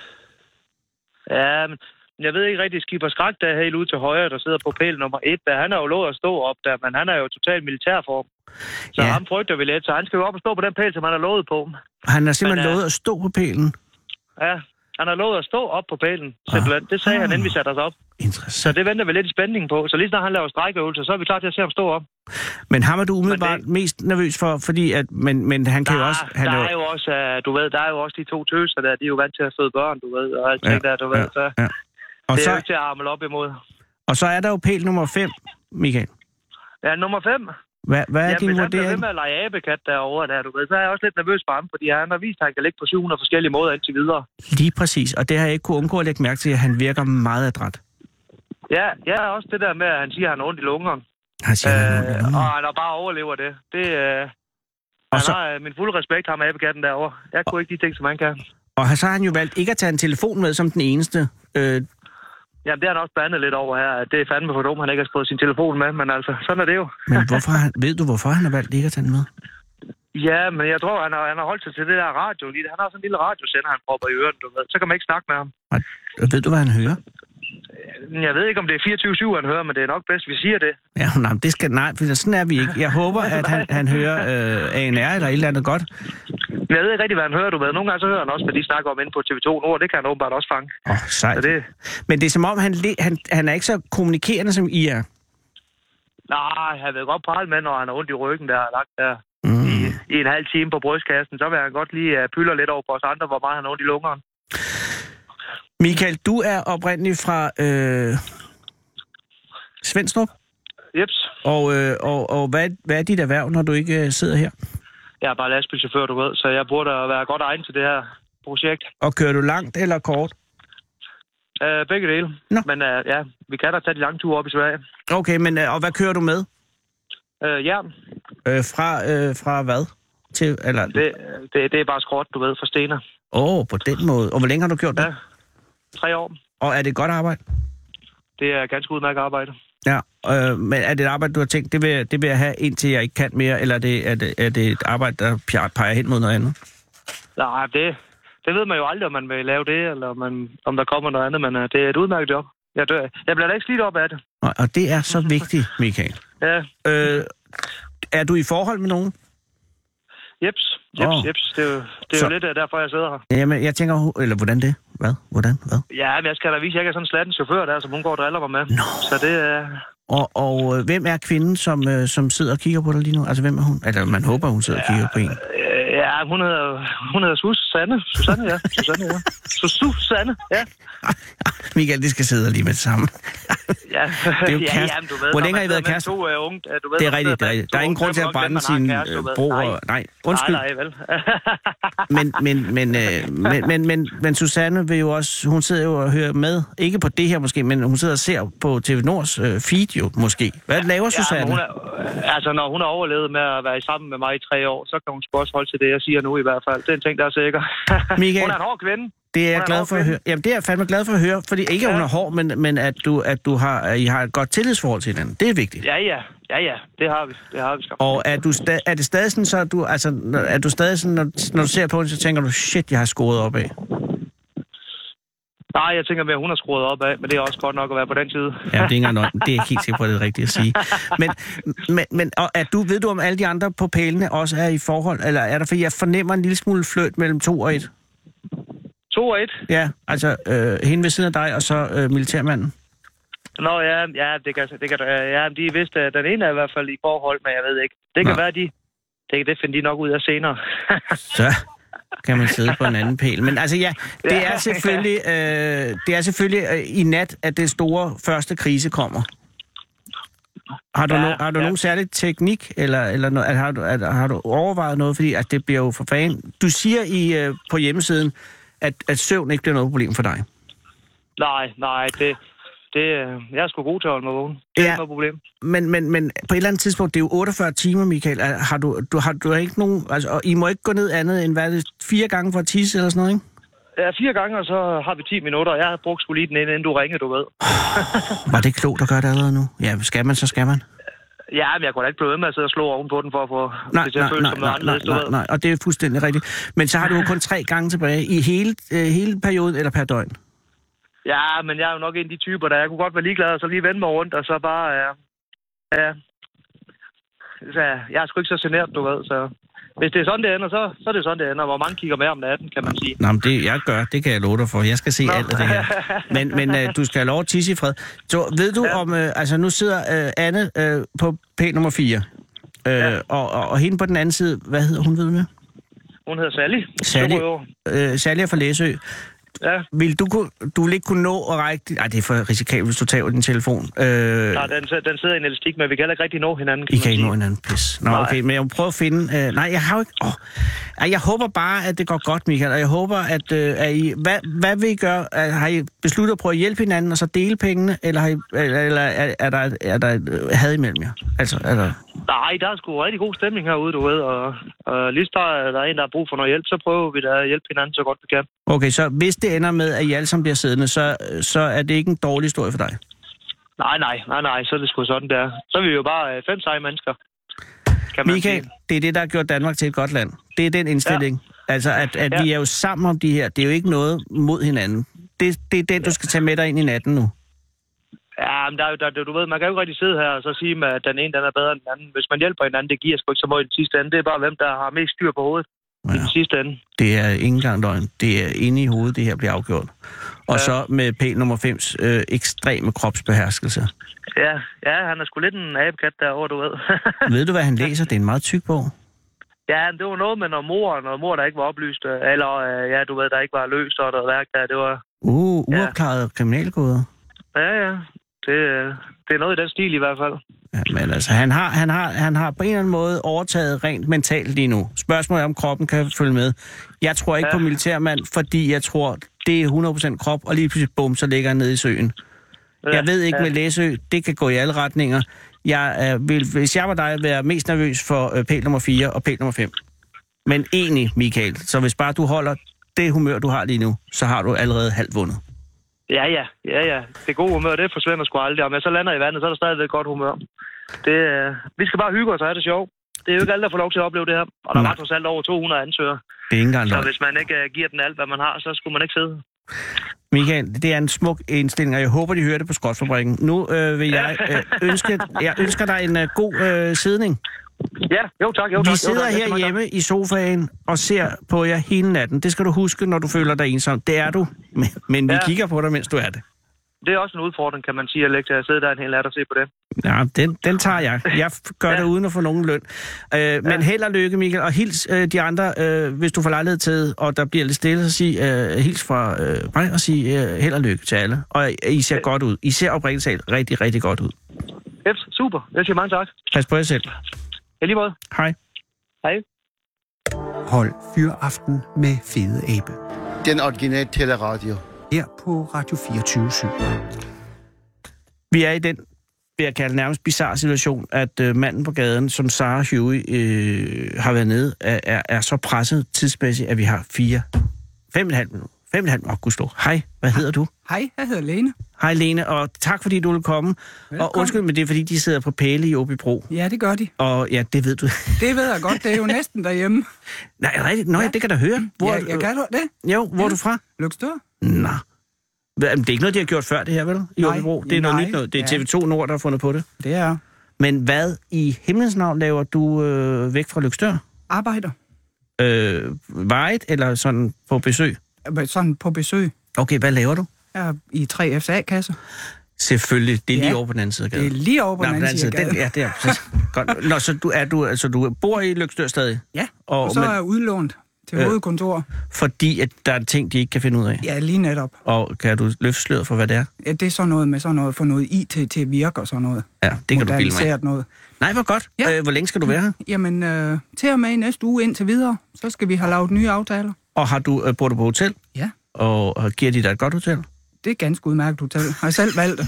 J: Ja, men jeg ved ikke rigtig, Skipper Skræk, der er helt ude til højre, der sidder på pæl nummer et. Der, han har jo lovet at stå op der, men han er jo totalt militærform. Så ja. ham frygter vi lidt, så han skal jo op og stå på den pæl, som han har lovet på.
E: Han har simpelthen men, lovet at stå på pælen?
J: Ja. Han har lovet at stå op på pælen, simpelthen. Det sagde ah, han, inden vi satte os op.
E: Interessant.
J: Så det venter vi lidt i spænding på. Så lige snart han laver strækøvelser, så er vi klar til at se ham stå op.
E: Men ham er du umiddelbart det... mest nervøs for, fordi at... Men, men han kan
J: der,
E: jo også... Han
J: der
E: er
J: jo også, uh, du ved, der er jo også de to tøser der. De er jo vant til at føde børn, du ved. Og alt
E: ja,
J: der, du ved. Så
E: ja. Og
J: det er
E: så...
J: jo ikke til at armle op imod.
E: Og så er der jo pæl nummer fem, Michael.
J: Ja, nummer fem.
E: Hvad, hvad er
J: ja,
E: din
J: vurdering?
E: vurdering?
J: Hvis han bliver ved med at lege abekat derovre, der, du ved, så er jeg også lidt nervøs på ham, fordi han har vist, at han kan ligge på syv hundrede forskellige måder indtil videre.
E: Lige præcis, og det har jeg ikke kunne undgå at lægge mærke til, at han virker meget adræt.
J: Ja, ja, også det der med, at han siger, at han har ondt i lungerne.
E: Han siger, øh, han
J: øh, og han har bare overlever det. Det øh,
E: og
J: han
E: så...
J: har øh, min fulde respekt, ham abekatten derovre. Jeg kunne ikke de ting, som han kan.
E: Og så har han jo valgt ikke at tage en telefon med som den eneste. Øh,
J: Jamen, det har han også bandet lidt over her. Det er fandme for dumt, han ikke har fået sin telefon med, men altså, sådan er det jo.
E: Men hvorfor han, ved du, hvorfor han har valgt ikke at tage den med?
J: Ja, men jeg tror, han har, han har holdt sig til det der radio lige. Han har sådan en lille radiosender, han propper i øren, du ved. Så kan man ikke snakke med ham.
E: Og ved du, hvad han hører?
J: Jeg ved ikke, om det er fireogtyve syv, han hører, men det er nok bedst, vi siger det.
E: Ja, nej, det skal, nej, for sådan er vi ikke. Jeg håber, at han, han hører øh, A N R eller et eller andet godt.
J: Jeg ved ikke rigtig, hvad han hører, du ved. Nogle gange så hører han også, hvad de snakker om inde på T V to Nord. Det kan han åbenbart også fange.
E: Åh, oh, sejt. Det... Men det er som om, han, han, han er ikke så kommunikerende, som I er.
J: Nej, han ved godt prale med, når han har ondt i ryggen, der er lagt der
E: mm.
J: i, i en halv time på brystkassen. Så vil han godt lige uh, pylder lidt over på os andre, hvor meget han har ondt i lungerne.
E: Michael, du er oprindelig fra øh, Svendstrup?
J: Jeps.
E: Og, øh, og, og hvad, hvad er dit erhverv, når du ikke øh, sidder her?
J: Jeg er bare lastbilchauffør, du ved, så jeg burde være godt egnet til det her projekt.
E: Og kører du langt eller kort?
J: Uh, begge dele.
E: Nå.
J: Men uh, ja, vi kan da tage de lange ture op i Sverige.
E: Okay, men uh, og hvad kører du med?
J: Uh, jern.
E: Øh, fra, øh, fra hvad? Til, eller...
J: det, det, det er bare skråt, du ved, for stener.
E: Åh, oh, på den måde. Og hvor længe har du gjort det?
J: Ja, tre år.
E: Og er det et godt arbejde?
J: Det er ganske udmærket arbejde.
E: Ja, øh, men er det et arbejde, du har tænkt, det vil, det vil jeg have, indtil jeg ikke kan mere, eller er det, er det, er det et arbejde, der peger hen mod noget andet?
J: Nej, det, det ved man jo aldrig, om man vil lave det, eller om, man, om der kommer noget andet, men uh, det er et udmærket job. Jeg, dør. jeg bliver da ikke slidt op af det.
E: Nej, og det er så vigtigt, Michael.
J: Ja.
E: Øh, er du i forhold med nogen?
J: Jeps, jeps, oh. jeps. Det er jo, det er så... jo lidt derfor, jeg sidder her.
E: Jamen, jeg tænker, eller hvordan det? Hvad? Hvordan? Hvad?
J: Ja, men jeg skal da vise, at jeg ikke er sådan en slatten chauffør der, som hun går og driller mig med.
E: No.
J: Så det er...
E: Og, og øh, hvem er kvinden, som, øh, som sidder og kigger på dig lige nu? Altså, hvem er hun? Altså, man håber, hun sidder ja, og kigger på en.
J: Ja, hun hedder, hun hedder Susanne. Susanne, ja. Susanne, ja. Susanne, ja.
E: Michael, det skal sidde lige med det samme.
J: Ja,
E: det er jo
J: ja, jamen, du ved,
E: hvor længe har I været kærester?
J: To, uh, unge, du ved,
E: det er rigtigt, det er rigtigt. Der er ingen grund til at brænde sin bro. Nej. nej, undskyld.
J: Nej, nej, vel.
E: men, men, men, øh, men, men, men, men Susanne vil jo også, hun sidder jo og hører med, ikke på det her måske, men hun sidder og ser på T V Nords øh, feed jo måske. Hvad laver ja, Susanne?
J: Hun er, altså, når hun har overlevet med at være sammen med mig i tre år, så kan hun sgu også holde til det, jeg siger nu i hvert fald. Det er en ting, der er sikker.
E: Michael,
J: hun er en hård kvinde.
E: Det er jeg glad for at høre. Jamen, det er jeg fandme glad for at høre, fordi ikke at hun er hård, men, men at, du, at du har, at I har et godt tillidsforhold til hinanden. Det er vigtigt.
J: Ja, ja. Ja, ja. Det har vi. Det har vi så.
E: Og er, du sta- er det stadig sådan, så du, altså, er du stadig sådan, når, når du ser på det, så tænker du, shit, jeg har scoret op af?
J: Nej, jeg tænker mere, at hun har skruet op af, men det er også godt nok at være på den side.
E: Ja, det er ikke noget. Det er ikke helt sikkert på, det er rigtigt at sige. Men, men, men og er du, ved du, om alle de andre på pælene også er i forhold? Eller er der, for jeg fornemmer en lille smule fløjt mellem to og et?
J: To og et?
E: Ja, altså øh, hende ved siden af dig, og så øh, militærmanden.
J: Nå ja, ja, det kan, det kan, ja, de er vist, at den ene er i hvert fald i forhold, men jeg ved ikke. Det kan Nå. være, de... Det, det finder de nok ud af senere.
E: Så kan man sidde på en anden pæl. Men altså ja, det er selvfølgelig, øh, det er selvfølgelig øh, i nat, at det store første krise kommer. Har du, ja, no, har du ja. nogen særlig teknik, eller, eller no, har, du, at, har du overvejet noget? Fordi at det bliver jo for fanden... Du siger i, øh, på hjemmesiden, at, at søvn ikke bliver noget problem for dig.
J: Nej, nej, det... Det, jeg er sgu god til at holde mig vågen. Det er
E: ja,
J: ikke noget problem.
E: Men, men, men på et eller andet tidspunkt, det er jo otteogfyrre timer, Michael. Har du, du, har, du har ikke nogen... Altså, I må ikke gå ned andet end, hvad er det, fire gange for at tisse eller sådan noget, ikke?
J: Ja, fire gange, og så har vi ti minutter. Jeg har brugt sgu lige den ene, inden du ringede, du ved.
E: Var det klogt at gøre det allerede nu? Ja, skal man, så skal man.
J: Ja, men jeg kunne da ikke blive ved med at sidde og slå ovenpå den for at få...
E: Nej, nej, nej, nej, nej, nej, nej, og det er fuldstændig rigtigt. Men så har du jo kun tre gange tilbage i hele, øh, hele perioden eller per døgn.
J: Ja, men jeg er jo nok en af de typer, der jeg kunne godt være ligeglad, og så lige vende mig rundt, og så bare, ja, ja, så jeg er sgu ikke så genert, du ved, så hvis det er sådan, det ender, så, så er det sådan, det ender. Hvor mange kigger med om natten, kan man sige. Nå,
E: men det jeg gør, det kan jeg love dig for. Jeg skal se Nå. alt af det her. Men, men uh, du skal have lov at tisse i fred. Så ved du ja. om, uh, altså nu sidder uh, Anne uh, på P nummer fire, uh, ja. og, og, og hende på den anden side, hvad hedder hun, ved du med?
J: Hun hedder Sally.
E: Sally, uh, Sally er fra Læsø.
J: Ja.
E: Vil du, du vil ikke kunne nå at række... Nej, det er for risikabelt, hvis du tager din telefon. Øh...
J: Nej, den, den sidder i en elastik, men vi kan heller ikke rigtig nå hinanden.
E: Kan I kan ikke nå hinanden, pis. Nå, nej. Okay, men jeg må prøve at finde... Øh... Nej, jeg har jo ikke... Oh. Jeg håber bare, at det går godt, Michael, og jeg håber, at, øh, at I... Hvad, hvad vil I gøre? Har I besluttet at prøve at hjælpe hinanden, og så dele pengene, eller, har I... eller er, er, der, er der et had imellem jer? Altså, er der...
J: Nej, der er sgu rigtig god stemning herude, du ved, og, og lige så der er en, der har brug for noget hjælp, så prøver vi da at hjælpe hinanden så godt vi kan.
E: Okay, så hvis det ender med, at I alle sammen bliver siddende, så, så er det ikke en dårlig historie for dig?
J: Nej, nej, nej, nej, så er det sgu sådan, der. Så er vi jo bare fem seje mennesker, kan man
E: Michael, sige. Det er det, der har gjort Danmark til et godt land. Det er den indstilling. Ja. Altså, at, at ja. vi er jo sammen om de her. Det er jo ikke noget mod hinanden. Det, det er den, du skal tage med dig ind i natten nu.
J: Ja, men der, der, du ved, man kan jo ikke rigtig sidde her og så sige, at den ene den er bedre end den anden. Hvis man hjælper hinanden, det giver sgu ikke så meget i den sidste ende. Det er bare, hvem der har mest styr på hovedet ja. i den sidste ende. Det
E: er ikke engang løgn. Det er inde i hovedet, det her bliver afgjort. Og ja. så med P nummer fems øh, ekstreme kropsbeherskelse.
J: Ja, ja, han er sgu lidt en abekat derovre, du ved.
E: Ved du, hvad han læser? Det er en meget tyk bog.
J: Ja, det var noget med noget mor, og noget mor, der ikke var oplyst. Eller, ja, du ved, der ikke var løst og noget værk der. Det var...
E: Uh, uopklarede ja. kriminalgåder.
J: Ja, ja. Det, det er noget i den stil i hvert fald.
E: Ja, men altså, han har, han, har, han har på en eller anden måde overtaget rent mentalt lige nu. Spørgsmålet om kroppen kan følge med. Jeg tror ikke ja. på militærmand, fordi jeg tror, det er hundrede procent krop, og lige pludselig bum, så ligger han nede i søen. Ja. Jeg ved ikke ja. med Læsø, det kan gå i alle retninger. Jeg øh, vil, hvis jeg var dig, være mest nervøs for øh, P nummer fire og P nummer fem. Men egentlig, Michael, så hvis bare du holder det humør, du har lige nu, så har du allerede halvt vundet. Ja,
J: ja, ja, ja. Det gode humør, det forsvinder sgu aldrig. Og når jeg så lander i vandet, så er der stadigvæk godt humør. Det, øh, vi skal bare hygge os og have det sjovt. Det er jo ikke alle, der får lov til at opleve det her. Og der Nej. var trods alt over to hundrede ansøgere.
E: Det er ikke engang
J: Så hvis man ikke uh, giver den alt, hvad man har, så skulle man ikke sidde.
E: Michael, det er en smuk indstilling, og jeg håber, de hører det på Skrotfabrikken. Nu øh, vil jeg øh, ønske, jeg ønsker dig en uh, god øh, sidning.
J: Ja, jo tak, jo tak.
E: Vi sidder
J: jo, tak.
E: her hjemme i sofaen og ser på jer hele natten. Det skal du huske, når du føler dig ensom. Det er du, men, men vi ja. kigger på dig, mens du er det.
J: Det er også en udfordring, kan man sige, at lægge at sidde der en hel nat og se på det.
E: Ja, den, den tager jeg. Jeg gør ja. det uden at få nogen løn. Øh, ja. Men held og lykke, Michael, og hils øh, de andre, øh, hvis du får lejlighed til, og der bliver lidt stille, så sig øh, hils fra øh, mig og sig øh, held og lykke til alle. Og I ser ja. godt ud. I ser oprigtigt talt rigtig, rigtig godt ud.
J: Ja, super. Jeg siger mange tak.
E: Pas på jer selv.
J: Ja, lige måde.
E: Hej.
J: Hej.
C: Hold Fyraften med Fede Abe.
K: Den originale teleradio.
C: Her på Radio fireogtyve syv.
E: Vi er i den, vil jeg kalde nærmest bizarre situation, at øh, manden på gaden, som Sarah Huey øh, har været nede, er, er, er så presset tidsmæssigt, at vi har fire, fem og en halv minutter. Fem og en halv minutter, Gustav. Hej, hvad hedder du?
L: Hej, jeg hedder Lene.
E: Hej Lene, og tak fordi du vil komme. Velkommen. Og undskyld, men det er fordi, de sidder på pæle i Åbybro.
L: Ja, det gør de.
E: Og ja, det ved du.
L: Det ved jeg godt, det er jo næsten derhjemme.
E: Nej, rigtigt. Nå, ja. det kan da høre. Hvor,
L: ja, jeg kan du det.
E: Jo, hvor ja. er du fra?
L: Løgstør.
E: Nå. Det er ikke noget, de har gjort før det her, vel? I Aabybro. Det er noget
L: nej,
E: nyt noget. Det er
L: ja.
E: T V to Nord, der har fundet på det.
L: Det er
E: Men hvad i himlens navn laver du øh, væk fra Løgstør?
L: arbejder.
E: Øh, vejet eller sådan på besøg?
L: Sådan på besøg.
E: Okay, hvad laver du?
L: Jeg er i tre F's A-kasse.
E: Selvfølgelig. Det er
L: Ja,
E: lige over på den anden side af gaden.
L: Det er lige over på den anden side af gaden.
E: Den, ja, det er præcis. Godt. Nå, så du, er du, altså, du bor i Løgstør stadig?
L: Ja,
E: og,
L: og så
E: men,
L: er jeg udlånt til
E: øh,
L: hovedkontor.
E: Fordi at der er ting, de ikke kan finde ud af?
L: Ja, lige netop.
E: Og kan du løfte sløret for, hvad det er?
L: Ja, det er sådan noget med sådan noget, for noget I T til at virke og sådan noget.
E: Ja, det kan du bilde mig.
L: Moderniseret noget.
E: Nej, hvor godt.
L: Ja.
E: Øh, hvor længe skal du være her?
L: Jamen, øh, til og med i næste uge indtil videre, så skal vi have lavet nye aftaler.
E: Og har du, øh, bor du på hotel?
L: Ja.
E: Og, og giver de dig et godt hotel?
L: Det er ganske udmærket hotel. Har jeg selv valgt det.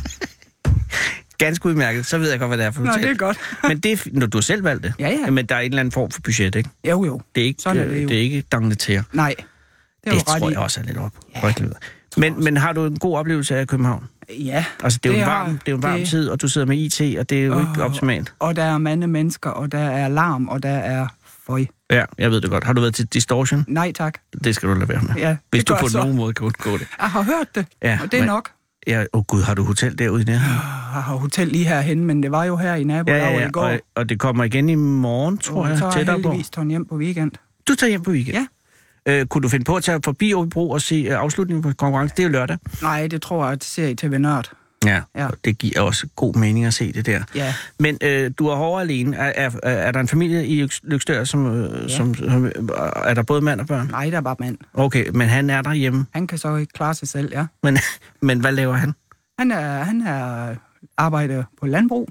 E: Ganske udmærket, så ved jeg godt, hvad det er for hotel.
L: Nå, det er godt.
E: Men det er, når du har selv valgt det?
L: Ja, ja.
E: Men der er en eller anden form for budget, ikke?
L: Jo, jo.
E: Det er ikke,
L: Sådan er det jo.
E: det er ikke dangletere.
L: Nej.
E: Det,
L: det,
E: det
L: ret
E: tror
L: i.
E: jeg også er lidt op. Ja, men, men har du en god oplevelse af København?
L: Ja.
E: Altså, det er jo
L: det
E: en varm,
L: har,
E: det er jo en varm
L: det...
E: tid, og du sidder med I T, og det er jo oh, ikke optimalt.
L: Og der er mange mennesker, og der er larm, og der er føj.
E: Ja, jeg ved det godt. Har du været til Distortion?
L: Nej, tak.
E: Det skal du lade være med.
L: Ja,
E: hvis du på
L: så.
E: nogen måde kan undgå det.
L: Jeg har hørt det,
E: ja,
L: og det er
E: men,
L: nok.
E: Ja, åh oh gud, har du hotel derude i nærheden?
L: Jeg har hotel lige herhen, men det var jo her i nabolaget
E: ja, ja, ja.
L: i går.
E: Og, og det kommer igen i morgen, tror
L: og
E: jeg,
L: så er jeg heldigvis taget hjem på weekend.
E: Du tager hjem på weekend?
L: Ja.
E: Øh, kunne du finde på at tage forbi Aabybro og se uh, afslutningen på konkurrencen? Det er jo lørdag.
L: Nej, det tror jeg, at ser I T V Nørd.
E: Ja,
L: ja,
E: og det giver også god mening at se det der.
L: Ja.
E: Men øh, du er hårdt alene. Er, er, er der en familie i Løgstør, som, ja. som, som... Er der både mand og børn?
L: Nej, der er bare mand.
E: Okay, men han er derhjemme?
L: Han kan så ikke klare sig selv, ja.
E: Men, men hvad laver han?
L: Han er, han er arbejder på landbrug.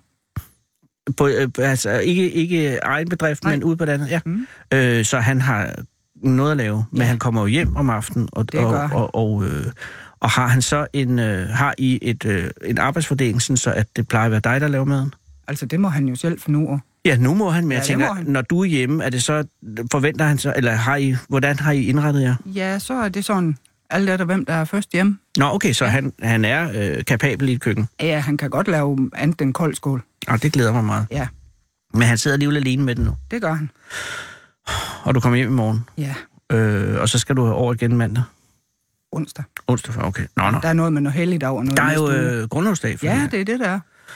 E: På, øh, altså ikke, ikke egen bedrift, Nej. men ude på landet? Ja. Mm. Øh, så han har noget at lave, men ja. han kommer jo hjem om aftenen. Og,
L: det
E: og,
L: gør han.
E: Og, og, øh, og har han så en, øh, har I et, øh, en arbejdsfordeling, sådan så at det plejer at være dig, der laver maden?
L: Altså, det må han jo selv finde ud af.
E: Ja, nu må han, men
L: ja,
E: jeg tænker, når du er hjemme, er det så, forventer han så, eller har I, hvordan har I indrettet jer?
L: Ja, så er det sådan, alt efter hvem der er først hjemme.
E: Nå, okay, så ja. han, han er øh, kapabel i et køkken?
L: Ja, han kan godt lave andet end kold skål.
E: Og det glæder mig meget.
L: Ja.
E: Men han sidder alligevel alene med det nu?
L: Det gør han.
E: Og du kommer hjem i morgen?
L: Ja.
E: Øh, og så skal du over igen mandag?
L: Onsdag.
E: Onsdag, okay. Nå, nå.
L: Der er noget med noget helligdag og noget.
E: Der er jo øh, grundlovsdag for
L: Ja,
E: det,
L: det er det, der er.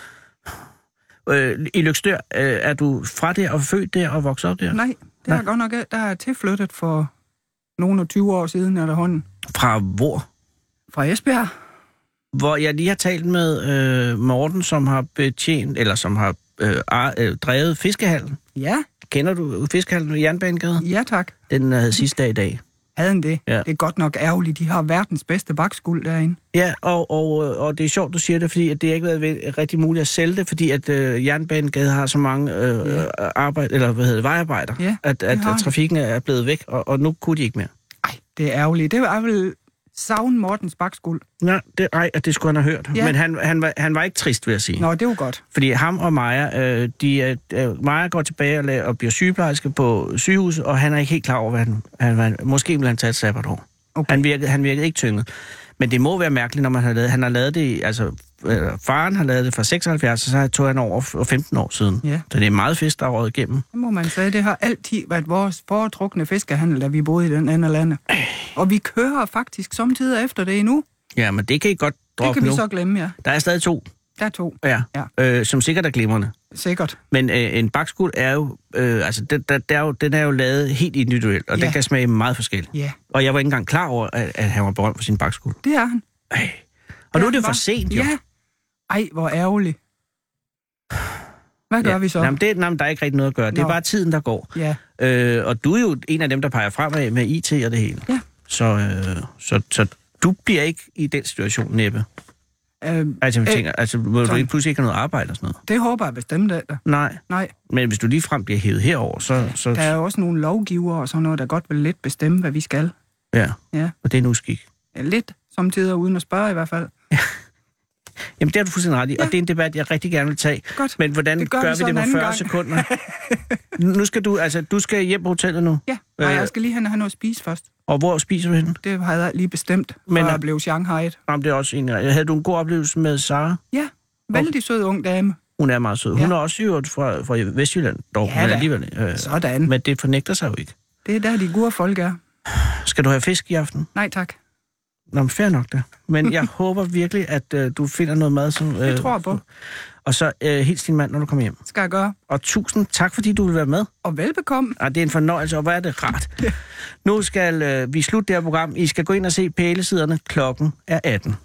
E: Øh, I Løgstør, øh, er du fra der og født der og vokset op der?
L: Nej, det er godt nok, der er tilflyttet for nogle og tyve år siden efterhånden.
E: Fra hvor?
L: Fra Esbjerg.
E: Hvor jeg lige har talt med øh, Morten, som har betjent, eller som har øh, øh, drevet fiskehallen.
L: Ja.
E: Kender du fiskehallen i Jernbanegade?
L: Ja, tak.
E: Den havde sidste dag i dag.
L: Havde den det?
E: Ja.
L: Det er godt nok ærgerligt. De har verdens bedste bakskuld derinde.
E: Ja, og, og, og det er sjovt, du siger det, fordi at det ikke har været rigtig muligt at sælge det, fordi at øh, Jernbanegade har så mange øh, ja. arbejde, eller hvad hedder det, vejarbejder,
L: ja,
E: at, at, at trafikken er blevet væk, og, og nu kunne de ikke mere.
L: Nej, det er ærgerligt. Det er vel savn Mortens bakskuld.
E: Nej, det, ej, det skulle han have hørt.
L: Ja.
E: Men han, han, var, han var ikke trist, vil jeg sige.
L: Nå, det var godt.
E: Fordi ham og Maja, øh, de, øh, Maja går tilbage og, laver, og bliver sygeplejerske på sygehuset, og han er ikke helt klar over, hvad han... han var, måske vil han tage et sabbatår. Okay. Han, virkede, han virkede ikke tynget. Men det må være mærkeligt, når man har lavet... Han har lavet det... Altså, øh, faren har lavet det fra seksoghalvfjerds, og så tog han over for femten år siden.
L: Ja.
E: Så det er meget fisk, der er røget igennem.
L: Det må man sige. Det har altid været vores foretrukne fiskehandel, da vi boede i den anden lande. Og vi kører faktisk samtidig efter det endnu.
E: Ja, men det kan I godt droppe nu.
L: Det kan vi nu. Så glemme, ja.
E: Der er stadig to.
L: Der er to.
E: Ja,
L: ja.
E: Øh, som sikkert er glimrende.
L: Sikkert.
E: Men øh, en bakskuld er jo, øh, altså den, der, der er jo, den er jo lavet helt individuelt, og ja. Den kan smage meget forskelligt.
L: Ja.
E: Og jeg var ikke engang klar over, at, at han var berømt for sin bakskuld.
L: Det er han.
E: Ej. Og nu er det for sent, jo.
L: Ja. Ej, hvor ærgerligt. Hvad gør
E: ja.
L: vi så?
E: Jamen, det, jamen, der er ikke rigtig noget at gøre. Nå. Det er bare tiden, der går.
L: Ja.
E: Øh, og du er jo en af dem, der peger fremad med I T og det hele.
L: Ja.
E: Så, øh, så, så du bliver ikke i den situation, næppe.
L: Øh,
E: altså, jeg tænker,
L: øh,
E: altså, må du ikke pludselig ikke have noget arbejde og sådan noget?
L: Det håber jeg bestemt, at der.
E: Nej.
L: Nej.
E: Men hvis du lige frem bliver hævet herover, så,
L: ja,
E: så...
L: Der er jo også nogle lovgivere og sådan noget, der godt vil lidt bestemme, hvad vi skal.
E: Ja,
L: ja.
E: Og det er en uskik.
L: Ja, lidt, samtidig uden at spørge i hvert fald.
E: Ja. Jamen, det har du fuldstændig ret i,
L: ja.
E: Og det er en debat, jeg rigtig gerne vil tage.
L: Godt.
E: Men hvordan gør, gør vi, vi det på fyrre gang. Sekunder? Nu skal du, altså, du skal hjem på hotellet nu?
L: Ja, nej, øh, jeg skal lige hen og have noget at spise først.
E: Og hvor spiser du henne?
L: Det havde jeg lige bestemt, men jeg blev Shanghai.
E: Jamen, det er også en... Havde du en god oplevelse med Sara?
L: Ja, vældig sød ung dame.
E: Hun er meget sød. Ja. Hun er også jo fra, fra Vestjylland, dog,
L: ja,
E: men alligevel.
L: Øh, sådan.
E: Men det fornægter sig jo ikke.
L: Det er der, de gode folk er.
E: Skal du have fisk i aften?
L: Nej, tak.
E: Nå, men fair nok det. Men jeg håber virkelig, at øh, du finder noget mad, som... Øh,
L: det tror jeg på.
E: Og så øh, hils din mand, når du kommer hjem.
L: Skal jeg gøre.
E: Og tusind tak, fordi du vil være med.
L: Og velbekomme.
E: Ja, det er en fornøjelse, og hvor er det rart. Nu skal øh, vi slutte det her program. I skal gå ind og se Pælesiderne. Klokken er atten.